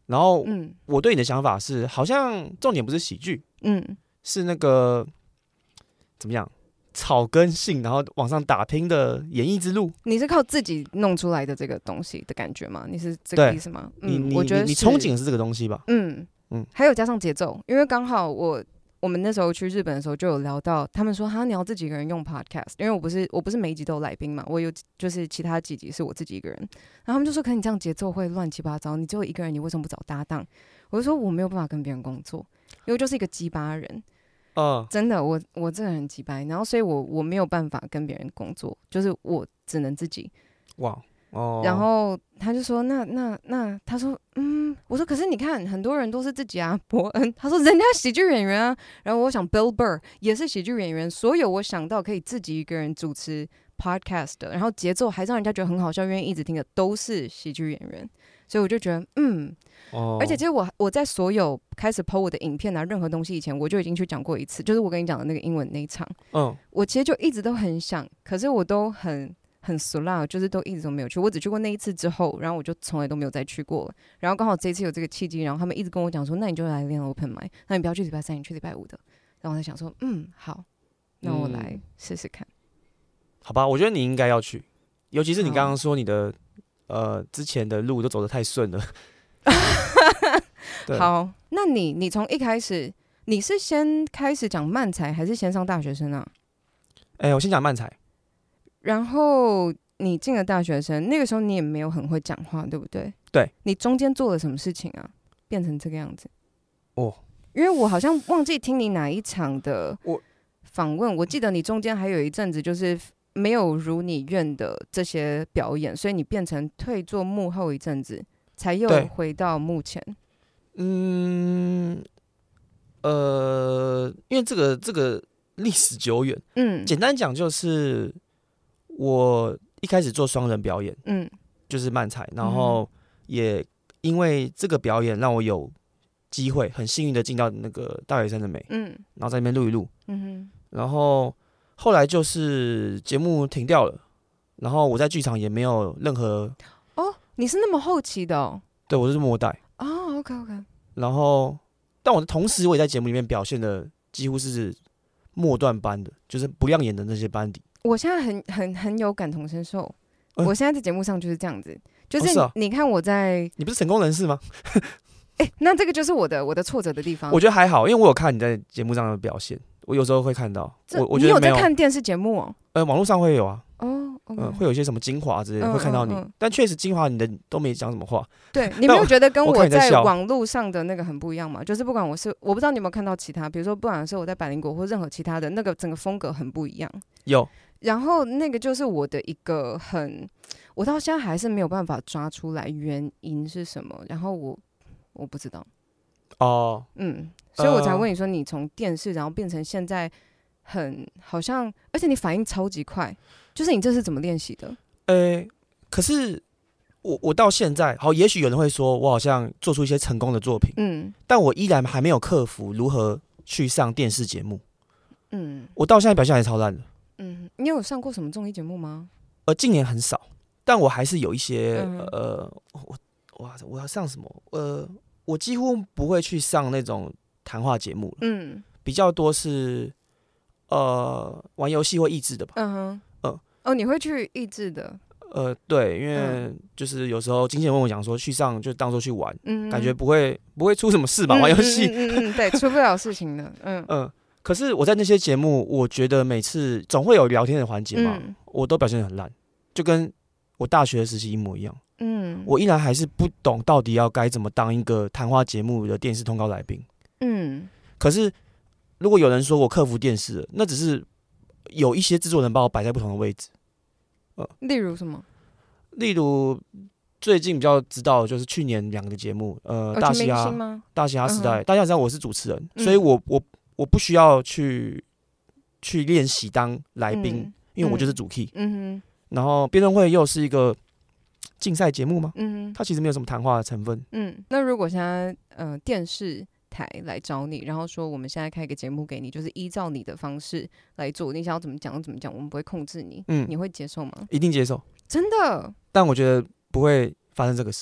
然后，嗯，我对你的想法是，好像重点不是喜剧，嗯，是那个怎么样草根性，然后往上打拼的演艺之路。 你是靠自己弄出来的这个东西的感觉吗？你是这个意思吗？ 嗯，你我觉得你憧憬的是这个东西吧？ 嗯嗯，还有加上节奏，因为刚好我。我们那时候去日本的时候就有聊到，他们说哈你要自己一个人用 podcast， 因为我不是我不是每一集都有来宾嘛，我有就是其他几集是我自己一个人，然后他们就说可能你这样节奏会乱七八糟，你只有一个人你为什么不找搭档？我就说我没有办法跟别人工作，因为我就是一个鸡巴人，嗯，真的我我这个人鸡巴，然后所以我我没有办法跟别人工作，就是我只能自己。哇。Oh. 然后他就说那那那他说嗯我说可是你看很多人都是自己啊，伯恩他说人家喜剧演员啊，然后我想 Bill Burr 也是喜剧演员，所有我想到可以自己一个人主持 podcast 的，然后节奏还让人家觉得很好笑愿意一直听的都是喜剧演员，所以我就觉得嗯、oh. 而且其实我我在所有开始 po 我的影片啊任何东西以前我就已经去讲过一次，就是我跟你讲的那个英文那一场，嗯、oh. 我其实就一直都很想，可是我都很很俗辣，就是都一直都没有去。我只去过那一次之后，然后我就从来都没有再去过了。然后刚好这一次有这个契机，然后他们一直跟我讲说，那你就来练 open mic， 那你不要去礼拜三，你去礼拜五的。然后我在想说，嗯，好，那我来试试看、嗯。 好吧，我觉得你应该要去，尤其是你刚刚说你的呃之前的路都走得太顺了。 好，那你你从一开始，你是先开始讲漫才，还是先上大学生啊？ 哎、欸，我先讲漫才。 然后你进了大学生，那个时候你也没有很会讲话，对不对？ 对。 你中间做了什么事情啊，变成这个样子？ 哦， 因为我好像忘记听你哪一场的访问，我记得你中间还有一阵子就是没有如你愿的这些表演，所以你变成退做幕后一阵子，才又回到幕前。 嗯，呃，因为这个这个历史久远，嗯，简单讲就是。我一开始做双人表演，嗯，就是漫才，然后也因为这个表演让我有机会，很幸运的进到那个大学生的美，嗯，然后在那边录一录，嗯哼，然后后来就是节目停掉了，然后我在剧场也没有任何， 哦，你是那么后期的哦？ 对，我是末代， 哦 ，OK OK， 然后但我的同时我也在节目里面表现的几乎是末段班的，就是不亮眼的那些班底。 我现在很很很有感同身受、欸，我现在在节目上就是这样子，就是你、哦是啊、你看我在， 你不是成功人士吗？ 哎、欸，那这个就是我的我的挫折的地方。 我觉得还好，因为我有看你在节目上的表现，我有时候会看到。我我觉得你有在看电视节目哦？ 呃，网络上会有啊。 哦， okay 呃，会有一些什么精华之类的、嗯、会看到你，嗯嗯、但确实精华你的都没讲什么话。 对，你没有觉得跟我在网络上的那个很不一样吗？就是不管我是，我不知道你有没有看到其他，比如说不管是我在百灵果或任何其他的那个整个风格很不一样。 有。 然后那个就是我的一个很，我到现在还是没有办法抓出来原因是什么。然后我我不知道。哦，嗯，所以我才问你说，你从电视然后变成现在很好像，而且你反应超级快，就是你这是怎么练习的？ 呃、欸，可是我我到现在，好，也许有人会说我好像做出一些成功的作品，嗯，但我依然还没有克服如何去上电视节目。嗯，我到现在表现还超烂的。 嗯，你有上过什么综艺节目吗？ 呃，近年很少，但我还是有一些、嗯、呃，我我我要上什么？呃，我几乎不会去上那种谈话节目，嗯，比较多是呃玩游戏或益智的吧。嗯哼， 呃，哦，你会去益智的？ 呃，对，因为就是有时候经纪人问我讲说去上就当做去玩，嗯，感觉不会不会出什么事吧？嗯、玩游戏， 嗯嗯嗯，对，出不了事情的，嗯嗯。呃可是我在那些节目，我觉得每次总会有聊天的环节嘛、嗯，我都表现得很烂，就跟我大学的时期一模一样。嗯，我依然还是不懂到底要该怎么当一个谈话节目的电视通告来宾。嗯，可是如果有人说我克服电视了，那只是有一些制作人把我摆在不同的位置。 呃，例如什么？ 例如最近比较知道的就是去年两个节目，呃，大嘻哈、大嘻哈时代、嗯，大家知道我是主持人，嗯、所以我我。我不需要去去练习当来宾、嗯，因为我就是主 key。嗯哼。然后辩论会又是一个竞赛节目吗？嗯哼。它其实没有什么谈话的成分。 嗯。那如果现在呃电视台来找你，然后说我们现在开一个节目给你，就是依照你的方式来做，你想要怎么讲就怎么讲，我们不会控制你。嗯。你会接受吗？ 一定接受。 真的。 但我觉得不会发生这个事。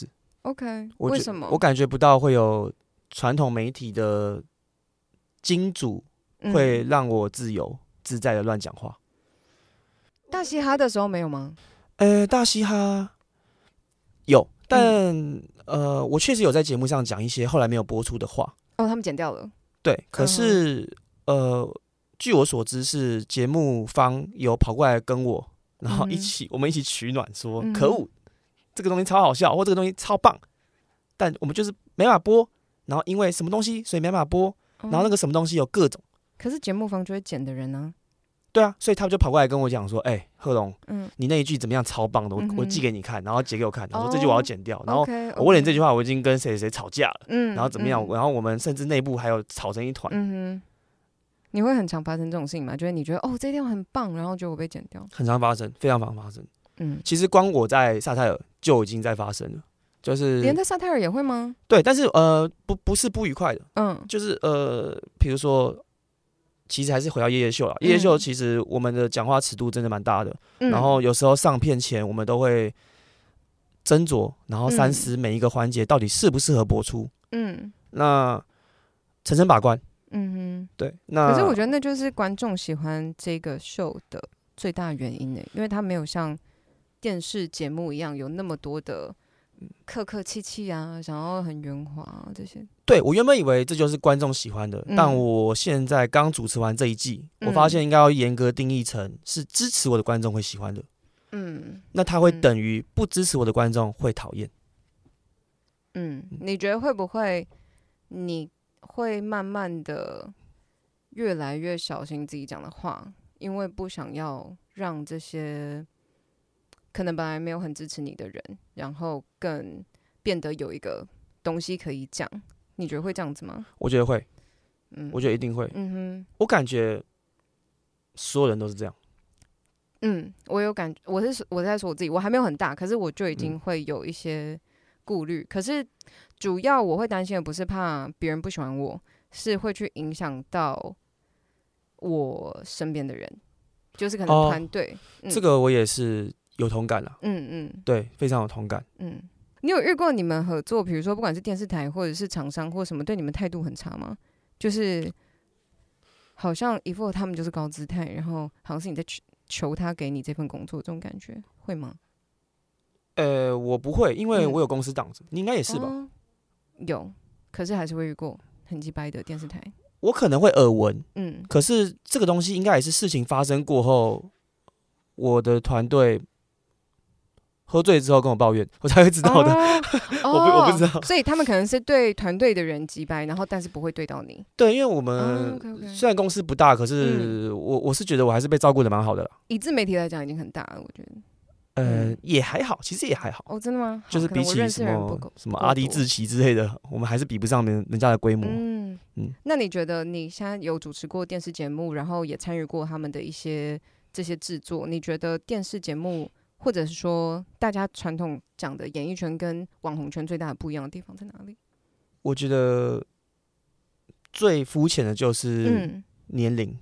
OK， 为什么？ 我感觉不到会有传统媒体的金主会让我自由、嗯、自在的乱讲话。 大嘻哈的时候没有吗？ 呃，大嘻哈有，但、嗯、呃，我确实有在节目上讲一些后来没有播出的话。 哦，他们剪掉了。 对，可是、嗯、呃，据我所知是节目方有跑过来跟我，然后一起、嗯、我们一起取暖说，说、嗯、可恶。这个东西超好笑，或这个东西超棒，但我们就是没办法播，然后因为什么东西，所以没办法播，嗯、然后那个什么东西有各种， 可是节目方就会剪的人呢、啊？ 对啊，所以他们就跑过来跟我讲说，哎、欸，贺龙，嗯，你那一句怎么样，超棒的，我、嗯、我寄给你看，然后截给我看，然后说这句我要剪掉，哦、然后我为了你这句话，我已经跟谁谁吵架了，嗯，然后怎么样，嗯、然后我们甚至内部还有吵成一团。 嗯哼，你会很常发生这种事情吗？就是你觉得哦这一条很棒，然后结果被剪掉， 很常发生，非常常发生。嗯，其实光我在萨泰尔就已经在发生了，就是连在萨泰尔也会吗？ 对，但是呃，不不是不愉快的，嗯，就是呃，比如说，其实还是回到夜夜秀啦。夜夜秀其实我们的讲话尺度真的蛮大的，嗯、然后有时候上片前我们都会斟酌，然后三思每一个环节到底适不适合播出，嗯，那层层把关，嗯哼，对，那可是我觉得那就是观众喜欢这个秀的最大原因呢，因为它没有像电视节目一样有那么多的客客气气啊，想要很圆滑、啊、这些。 对，我原本以为这就是观众喜欢的、嗯、但我现在刚主持完这一季、嗯、我发现应该要严格定义成是支持我的观众会喜欢的，嗯，那他会等于不支持我的观众会讨厌。 嗯，你觉得会不会你会慢慢的越来越小心自己讲的话，因为不想要让这些可能本来没有很支持你的人，然后更变得有一个东西可以讲，你觉得会这样子吗？ 我觉得会，嗯，我觉得一定会。嗯哼，我感觉所有人都是这样。 嗯，我有感觉，我是我在说我自己，我还没有很大，可是我就已经会有一些顾虑。嗯、可是主要我会担心的不是怕别人不喜欢我，是会去影响到我身边的人，就是可能团队、哦嗯。这个我也是。有同感啦，嗯嗯，对，非常有同感。 嗯，你有遇过你们合作，比如说不管是电视台或者是厂商或什么，对你们态度很差吗？就是好像一副他们就是高姿态，然后好像是你在求他给你这份工作，这种感觉会吗？ 呃，我不会，因为我有公司挡着、嗯，你应该也是吧、哦？ 有，可是还是会遇过很鸡掰的电视台。 我可能会耳闻，嗯，可是这个东西应该也是事情发生过后，我的团队喝醉之后跟我抱怨，我才会知道的。哦、我不我不知道， 所以他们可能是对团队的人击败，然后但是不会对到你。 对，因为我们、哦、okay, okay. 虽然公司不大，可是我、嗯、我是觉得我还是被照顾的蛮好的啦。 以自媒体来讲已经很大了，我觉得。 呃，嗯、也还好，其实也还好。 哦，真的吗？ 就是比起什么什么阿迪志奇之类的，我们还是比不上人人家的规模。 嗯嗯。那你觉得你现在有主持过电视节目，然后也参与过他们的一些这些制作，你觉得电视节目？或者是说，大家传统讲的演艺圈跟网红圈最大的不一样的地方在哪里？ 我觉得最肤浅的就是年龄。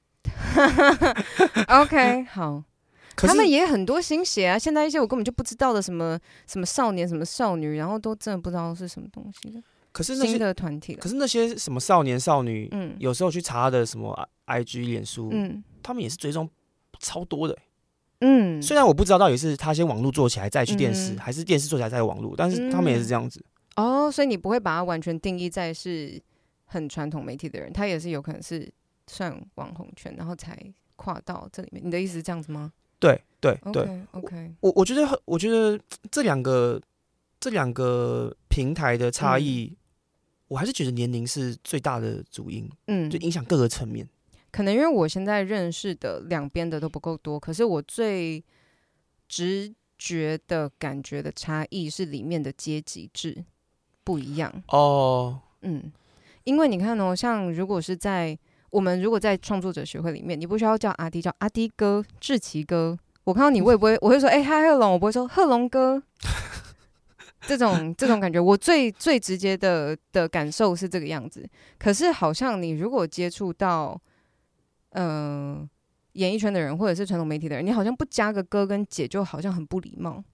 嗯、OK， 好，他们也很多新血啊。现在一些我根本就不知道的什么什么少年、什么少女，然后都真的不知道是什么东西的。 可是那些新的团体， 可是那些什么少年少女，嗯，有时候去查他的什么 I G、脸书，嗯，他们也是追踪超多的、欸。嗯，虽然我不知道到底是他先网络做起来再去电视、嗯，还是电视做起来再网络，但是他们也是这样子。 嗯、哦，所以你不会把它完全定义在是很传统媒体的人，他也是有可能是算网红圈，然后才跨到这里面。你的意思是这样子吗？ 对对对 ，OK OK。 我我觉得我觉得这两个这两个平台的差异、嗯，我还是觉得年龄是最大的主因，嗯，就影响各个层面。 可能因为我现在认识的两边的都不够多，可是我最直觉的感觉的差异是里面的阶级制不一样哦。嗯，因为你看哦，像如果是在我们如果在创作者学会里面，你不需要叫阿迪，叫阿迪哥、志奇哥。我看到你，我也不会，我会说哎嗨贺龙，我不会说贺龙哥。这种这种感觉，我最最直接的的感受是这个样子。可是好像你如果接触到嗯、呃，演艺圈的人或者是传统媒体的人，你好像不加个哥跟姐就好像很不礼貌。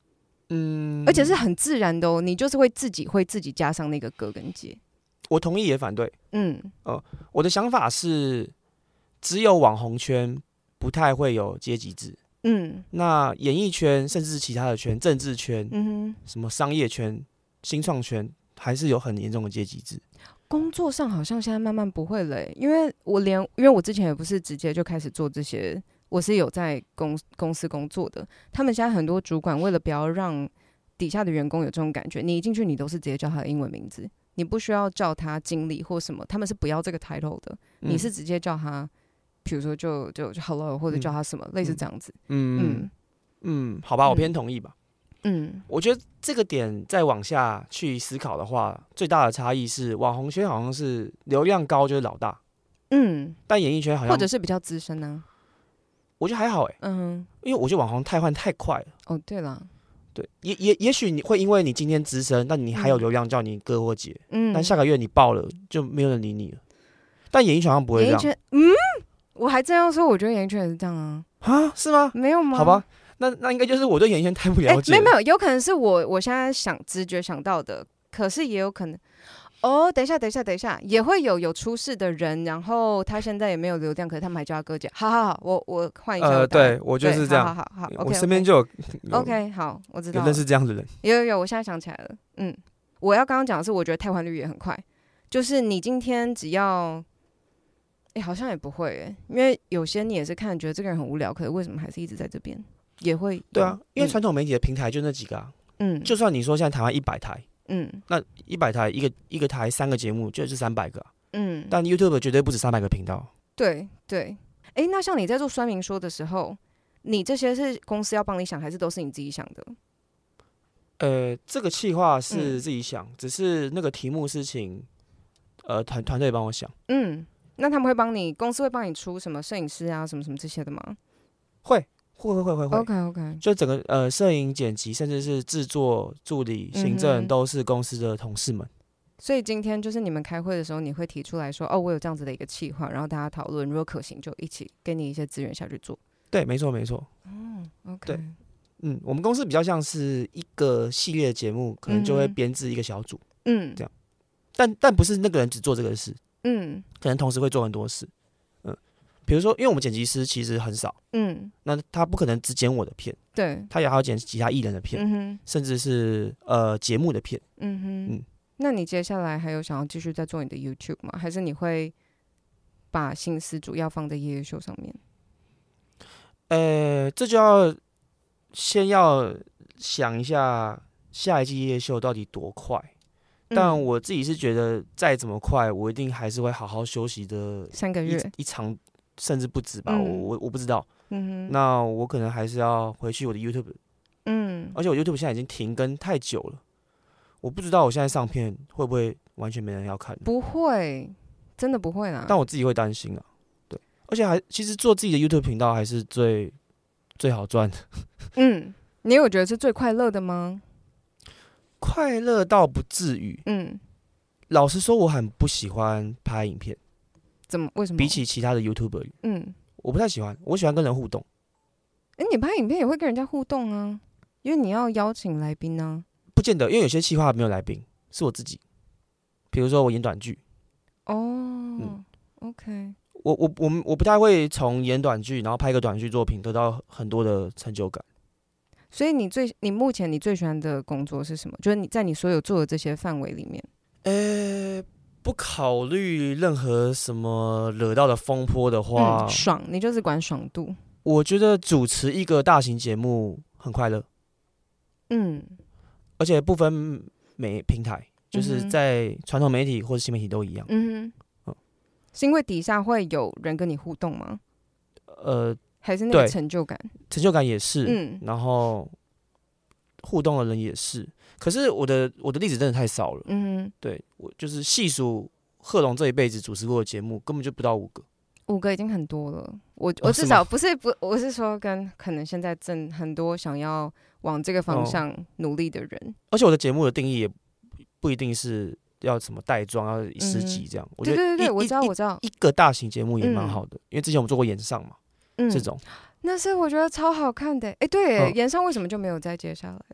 嗯，而且是很自然的哦，你就是会自己会自己加上那个歌跟节。 我同意也反对。嗯，呃，我的想法是，只有网红圈不太会有阶级制。嗯，那演艺圈甚至是其他的圈，政治圈，嗯哼，什么商业圈、新创圈，还是有很严重的阶级制。 工作上好像现在慢慢不会了，因为我连因为我之前也不是直接就开始做这些，我是有在公公司工作的。他们现在很多主管为了不要让底下的员工有这种感觉，你一进去你都是直接叫他的英文名字，你不需要叫他经理或什么，他们是不要这个 title 的，嗯、你是直接叫他，比如说就就就 hello 或者叫他什么、嗯、类似这样子。嗯嗯嗯，好吧，我偏同意吧。嗯，我觉得这个点再往下去思考的话，最大的差异是网红圈好像是流量高就是老大，嗯，但演艺圈好像或者是比较资深呢、啊。 我觉得还好哎、欸，嗯，因为我觉得网红太换太快了。 哦，对了， 对，也也也许你会因为你今天资深，但你还有流量叫你哥或姐，嗯，但下个月你爆了就没有人理你了。但演艺圈好像不会这样。演艺圈， 嗯，我还这样说，我觉得演艺圈也是这样啊。 啊，是吗？ 没有吗？ 好吧。那那应该就是我对演艺圈太不了解了。 欸、没有没有，有可能是我我现在想直觉想到的，可是也有可能。哦，等一下等一下等一下，也会有有出事的人，然后他现在也没有流量，可是他们还叫他哥姐。好好好，我我换一下。 呃，对，我就是这样。 好好好好 ，OK，, 我身边就有。 OK， 好，我知道有认识这样的人。 有有有，我现在想起来了。嗯，我要刚刚讲的是，我觉得汰换率也很快，就是你今天只要。哎、欸，好像也不会哎、欸，因为有些你也是看觉得这个人很无聊，可是为什么还是一直在这边？也会对啊，因为传统媒体的平台就那几个啊。嗯，就算你说现在台湾一百台，嗯，那一百台一个一个台三个节目就是三百个、啊，嗯，但 YouTube 绝对不止三百个频道。 对对，哎、欸，那像你在做酸民说的时候，你这些是公司要帮你想，还是都是你自己想的？ 呃，这个企划是自己想，嗯、只是那个题目是请呃团团队帮我想。 嗯。那他们会帮你，公司会帮你出什么摄影师啊，什么什么这些的吗？ 会，会会会会会。 OK OK， 就整个呃摄影剪辑，甚至是制作助理、行政、嗯、都是公司的同事们。 所以今天就是你们开会的时候，你会提出来说，哦，我有这样子的一个企划，然后大家讨论，如果可行就一起给你一些资源下去做。 对，没错没错。 嗯 ，OK。 对，嗯，我们公司比较像是一个系列的节目，可能就会编制一个小组，嗯，这样。但但不是那个人只做这个事。嗯，可能同时会做很多事，嗯，比如说，因为我们剪辑师其实很少，嗯，那他不可能只剪我的片， 对， 他也还要剪其他艺人的片，嗯、甚至是呃节目的片， 嗯哼，嗯，那你接下来还有想要继续再做你的 YouTube 吗？还是你会把心思主要放在夜夜秀上面？ 呃，这就要先要想一下下一季夜夜秀到底多快。但我自己是觉得，再怎么快，我一定还是会好好休息的三个月一场，甚至不止吧。嗯、我我我不知道。嗯哼，那我可能还是要回去我的 YouTube。嗯，而且我 YouTube 现在已经停更太久了，我不知道我现在上片会不会完全没人要看。 不会，真的不会啦。 但我自己会担心啊。对，而且还其实做自己的 YouTube 频道还是最最好赚的。 嗯，你有觉得是最快乐的吗？ 快乐倒不至于，嗯，老实说，我很不喜欢拍影片。 怎么？为什么？ 比起其他的 YouTuber， 嗯，我不太喜欢，我喜欢跟人互动。 哎、欸，你拍影片也会跟人家互动啊，因为你要邀请来宾啊。 不见得，因为有些企划没有来宾，是我自己。比如说我演短剧。 哦，嗯 ，OK。 我我我我不太会从演短剧，然后拍一个短剧作品得到很多的成就感。 所以你最你目前你最喜欢的工作是什么？就是你在你所有做的这些范围里面， 呃，不考虑任何什么惹到的风波的话， 嗯、爽，你就是管爽度。 我觉得主持一个大型节目很快乐，嗯，而且不分媒平台，就是在传统媒体或者新媒体都一样。嗯哼，嗯， 是因为底下会有人跟你互动吗？ 呃。 还是那个成就感， 成就感也是，嗯，然后互动的人也是。可是我的我的例子真的太少了，嗯，对我就是细数贺龙这一辈子主持过的节目，根本就不到五个， 五个已经很多了。我我至少不是不，我是说跟可能现在正很多想要往这个方向努力的人。哦、 而且我的节目的定义也不一定是要什么带妆，要十集这样。嗯、我觉得对对对，我知道我知道， 一个大型节目也蛮好的，嗯、因为之前我们做过演上嘛。嗯，这种那是我觉得超好看的，哎、欸，对，哦，演上为什么就没有再接下来了？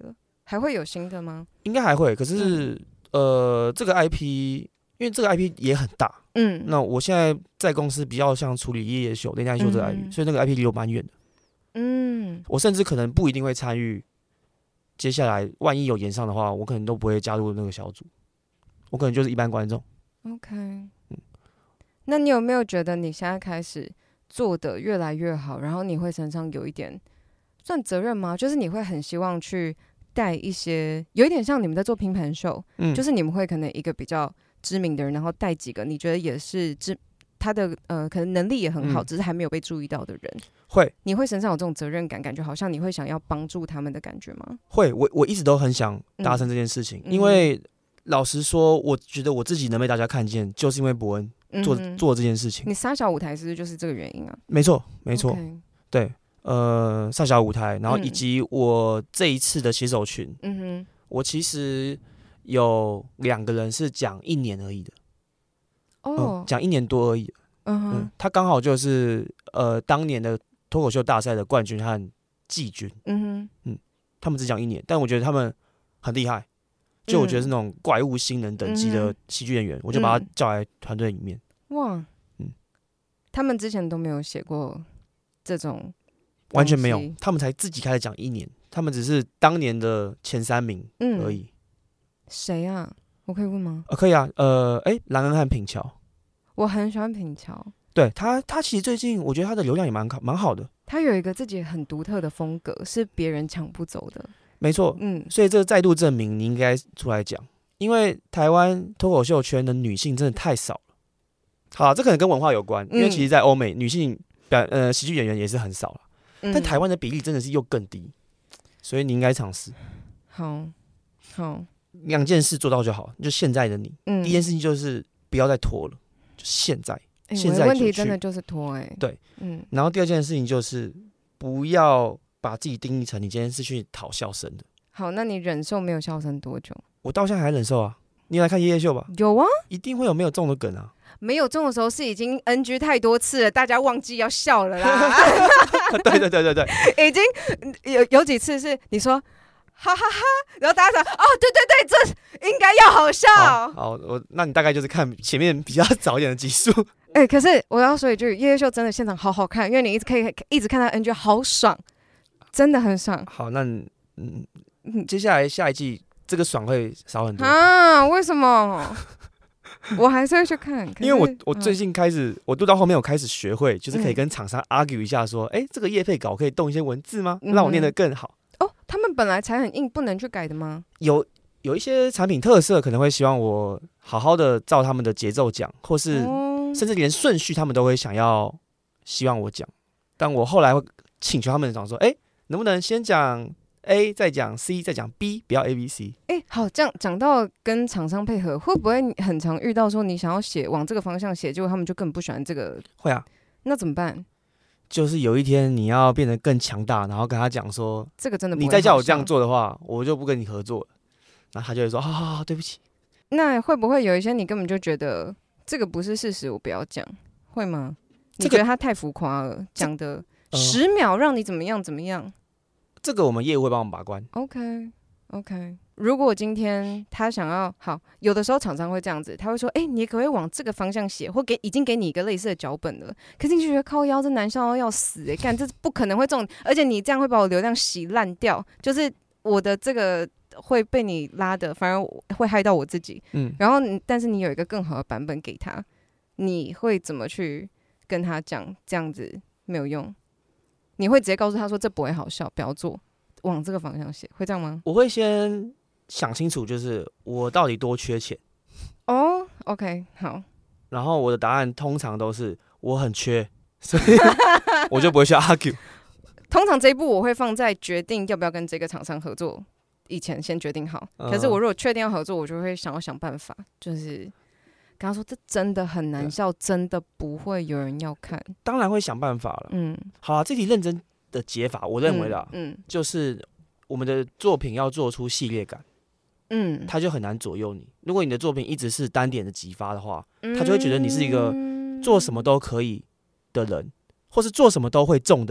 还会有新的吗？ 应该还会，可是、嗯、呃，这个 I P， 因为这个 I P 也很大，嗯，那我现在在公司比较像处理夜夜秀、恋爱秀这个 I P，、嗯、所以那个 I P 离我蛮远的，嗯，我甚至可能不一定会参与。接下来万一有延上的话，我可能都不会加入那个小组，我可能就是一般观众。 OK， 嗯，那你有没有觉得你现在开始做的越来越好，然后你会身上有一点算责任吗？就是你会很希望去带一些，有一点像你们在做拼盘秀，嗯，就是你们会可能一个比较知名的人，然后带几个你觉得也是知他的呃可能能力也很好、嗯，只是还没有被注意到的人。 会， 你会身上有这种责任感，感觉好像你会想要帮助他们的感觉吗？ 会，我我一直都很想达成这件事情、嗯，因为老实说，我觉得我自己能被大家看见，就是因为伯恩做、嗯、做这件事情。 你撒小舞台是不是就是这个原因啊？ 没错，没错， okay. 对，呃，撒小舞台，然后以及我这一次的写手群，嗯哼，我其实有两个人是讲一年而已的，哦，讲、嗯、一年多而已，嗯哼，嗯他刚好就是呃当年的脱口秀大赛的冠军和季军，嗯哼，嗯，他们只讲一年，但我觉得他们很厉害，就我觉得是那种怪物新人等级的喜剧演员、嗯，我就把他叫来团队里面。哇，嗯， 他们之前都没有写过这种， 完全没有，他们才自己开始讲一年，他们只是当年的前三名而已。 谁、嗯、啊？我可以问吗？ 呃，可以啊，呃，哎、欸，兰恩和品乔， 我很喜欢品乔。 对他，他其实最近我觉得他的流量也蛮蛮好的。 他有一个自己很独特的风格，是别人抢不走的。 没错，嗯，所以这再度证明你应该出来讲，因为台湾脱口秀圈的女性真的太少了。好，这可能跟文化有关，因为其实，在欧美女性表呃喜剧演员也是很少了、嗯，但台湾的比例真的是又更低，所以你应该尝试。 好，好， 两件事做到就好，就现在的你。嗯、第一件事情就是不要再拖了，就现在。 欸、现在问题真的就是拖哎、欸， 对，嗯，然后第二件事情就是不要把自己定义成你今天是去讨笑声的。 好，那你忍受没有笑声多久？ 我到现在还忍受啊。你来看夜夜秀吧。 有啊， 一定会有没有中的梗啊。 没有中的时候是已经 N G 太多次了，大家忘记要笑了啦。 对对对对对， 已经有有几次是你说哈哈哈，然后大家说哦，对对对，这应该要好笑。 好，好我那你大概就是看前面比较早一点的集数。 哎、欸，可是我要说一句，夜夜秀真的现场好好看，因为你一直可以一直看到 N G， 好爽，真的很爽。 好，那嗯，接下来下一季这个爽会少很多啊？为什么？我还是会去看， 因为我我最近开始，嗯、我录到后面我开始学会，就是可以跟厂商 argue 一下，说，哎、嗯欸，这个业配稿可以动一些文字吗？让我念得更好。 哦，他们本来才很硬，不能去改的吗？ 有。有一些产品特色可能会希望我好好的照他们的节奏讲，或是甚至连顺序他们都会想要希望我讲，但我后来会请求他们讲说，哎、欸，能不能先讲 A 再讲 C 再讲 B， 不要 A B C。 哎、欸，好，这样讲到跟厂商配合，会不会很常遇到说你想要写往这个方向写，结果他们就更不喜欢这个？ 会啊， 那怎么办？ 就是有一天你要变得更强大，然后跟他讲说， 这个真的不你再叫我这样做的话，我就不跟你合作了。然后他就会说：“好好好，对不起。” 那会不会有一些你根本就觉得这个不是事实，我不要讲，会吗？你觉得他太浮夸了，讲的十秒让你怎么样怎么样？ 这个我们业务会帮我们把关。 OK OK， 如果今天他想要好，有的时候厂商会这样子，他会说：“哎、欸，你可不可以往这个方向写，或给已经给你一个类似的脚本了。”可是你就觉得靠腰，这难笑到要死哎、欸，干这不可能会中，而且你这样会把我流量洗烂掉，就是我的这个。会被你拉的，反而会害到我自己。嗯，然后但是你有一个更好的版本给他，你会怎么去跟他讲？这样子没有用，你会直接告诉他说这不会好笑，不要做，往这个方向写，会这样吗？ 我会先想清楚，就是我到底多缺钱。 哦 ，OK， 好。 然后我的答案通常都是我很缺，所以我就不会去 argue。 通常这一步我会放在决定要不要跟这个厂商合作以前先决定好，可是我如果确定要合作，我就会想要想办法，就是跟他说这真的很难笑，真的不会有人要看。 当然会想办法了。嗯，好啊，这题认真的解法，我认为啦，嗯，嗯就是我们的作品要做出系列感，嗯，他就很难左右你。如果你的作品一直是单点的激发的话，嗯、他就会觉得你是一个做什么都可以的人，或是做什么都会中的人。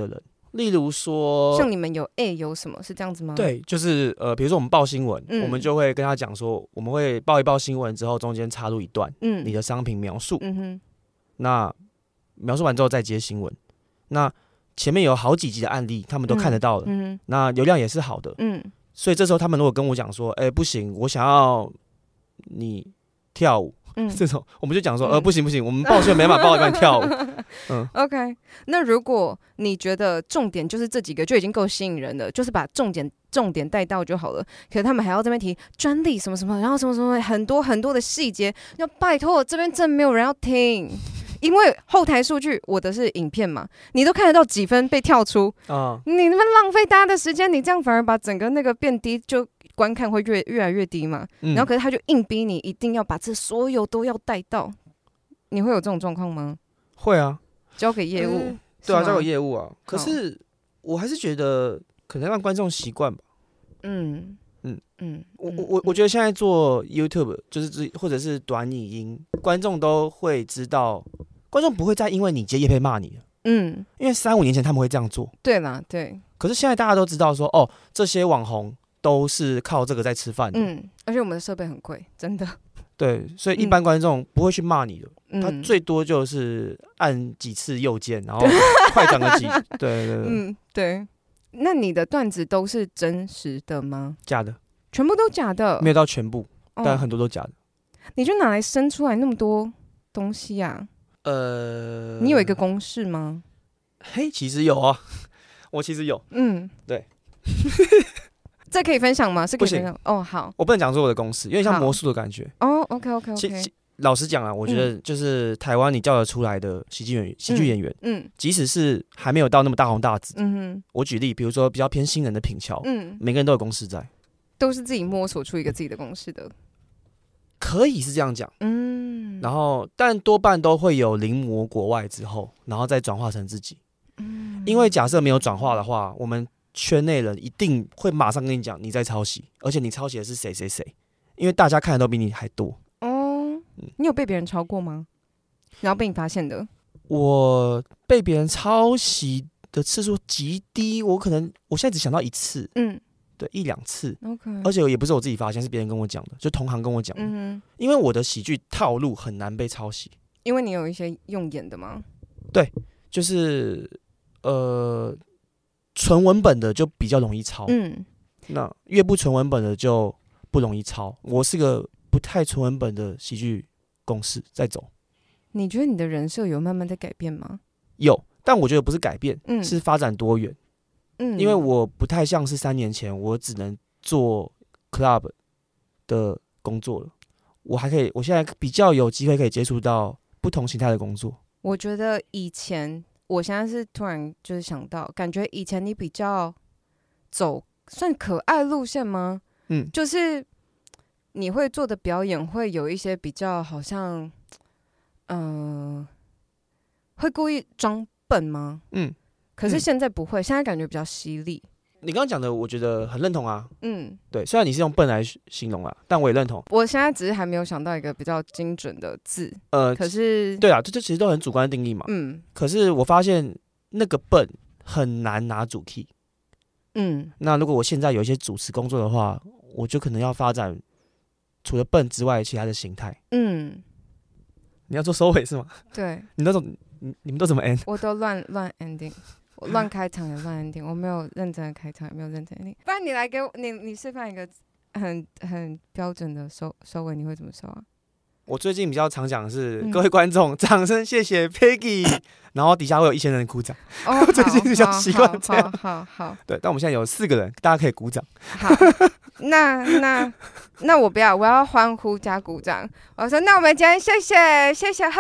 例如说， 像你们有 A 有什么是这样子吗？ 对，就是呃，比如说我们报新闻，嗯、我们就会跟他讲说，我们会报一报新闻之后，中间插入一段，嗯，你的商品描述，嗯哼，那描述完之后再接新闻，那前面有好几集的案例，他们都看得到了，嗯，那流量也是好的，嗯，所以这时候他们如果跟我讲说，哎、欸，不行，我想要你跳舞。嗯，这种我们就讲说，呃，不行不行，我们报新闻没办法报一半跳舞。 嗯 ，OK。那如果你觉得重点就是这几个就已经够吸引人了，就是把重点重点带到就好了。可是他们还要这边提专利什么什么，然后什么什么很多很多的细节，要拜托这边真没有人要听，因为后台数据我的是影片嘛，你都看得到几分被跳出啊，你那么浪费大家的时间，你这样反而把整个那个变低就。观看会越越来越低嘛，嗯、然后可是他就硬逼你一定要把这所有都要带到，你会有这种状况吗？ 会啊， 交给业务， 嗯、对啊，交给业务啊。可是我还是觉得可能让观众习惯吧。嗯嗯嗯，我我我觉得现在做 YouTube 就是或者是短影音，观众都会知道，观众不会再因为你接业配骂你了。嗯，因为三五年前他们会这样做。 对啦，对。 可是现在大家都知道说，哦，这些网红。都是靠这个在吃饭的，嗯， 而且我们的设备很贵，真的。 对，所以一般观众不会去骂你的，嗯、他最多就是按几次右键，然后快转个几，对对对， 嗯，对。那你的段子都是真实的吗？ 假的， 全部都假的， 没有到全部，哦、但很多都假的。 你就拿来生出来那么多东西啊？呃，你有一个公式吗？ 嘿，其实有啊，我其实有，嗯，对。 这可以分享吗？是可以分享哦。好， 我不能讲说我的公司，有点像魔术的感觉。 哦 ，OK OK OK。 老实讲啊，我觉得就是台湾你叫得出来的喜剧演员，喜剧演员，嗯，即使是还没有到那么大红大紫，嗯哼。我举例，比如说比较偏新人的品乔，嗯，每个人都有公司在， 都是自己摸索出一个自己的公式的， 可以是这样讲，嗯。然后，但多半都会有临摹国外之后，然后再转化成自己，嗯。因为假设没有转化的话，我们。圈内人一定会马上跟你讲你在抄袭，而且你抄袭的是谁谁谁，因为大家看的都比你还多。哦， 嗯、你有被别人抄过吗？然后被你发现的？ 我被别人抄袭的次数极低，我可能我现在只想到一次，嗯，对，一两次。OK， 而且也不是我自己发现，是别人跟我讲的，就同行跟我讲的。嗯、因为我的喜剧套路很难被抄袭， 因为你有一些用演的吗？ 对，就是呃。纯文本的就比较容易抄，嗯，那越不纯文本的就不容易抄。我是个不太纯文本的喜剧公式在走。 你觉得你的人设有慢慢在改变吗？ 有，但我觉得不是改变，嗯、是发展多元。嗯，因为我不太像是三年前我只能做 club 的工作了，我还可以，我现在比较有机会可以接触到不同形态的工作。 我觉得以前。我现在是突然就是想到，感觉以前你比较走算可爱路线吗？嗯，就是你会做的表演会有一些比较好像，嗯、呃，会故意装笨吗？嗯，可是现在不会，现在感觉比较犀利。 你刚刚讲的，我觉得很认同啊。嗯，对，虽然你是用笨来形容啊，但我也认同。 我现在只是还没有想到一个比较精准的字。呃，可是对啊，这这其实都很主观的定义嘛。嗯，可是我发现那个笨很难拿主 key。嗯，那如果我现在有一些主持工作的话，我就可能要发展除了笨之外其他的形态。嗯，你要做收尾是吗？ 对， 你那种你你们都怎么 end？ 我都乱乱 ending。我乱开场也乱 ending， 我没有认真的开场，也没有认真 ending。不然你来给我，你你示范一个很很标准的收收尾，你会怎么收啊？ 我最近比较常讲的是、嗯、各位观众，掌声谢谢 Peggy， 然后底下会有一千人鼓掌。哦，我最近比较习惯这样。 好好 好, 好。 对，但我们现在有四个人，大家可以鼓掌。 好，那那那我不要，我要欢呼加鼓掌。我说，那我们今天谢谢谢谢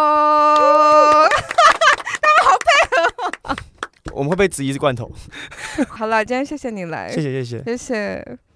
，Hello， 他们好配合。 我们会被质疑是罐头。 好了，今天谢谢你来， 谢谢谢谢谢谢。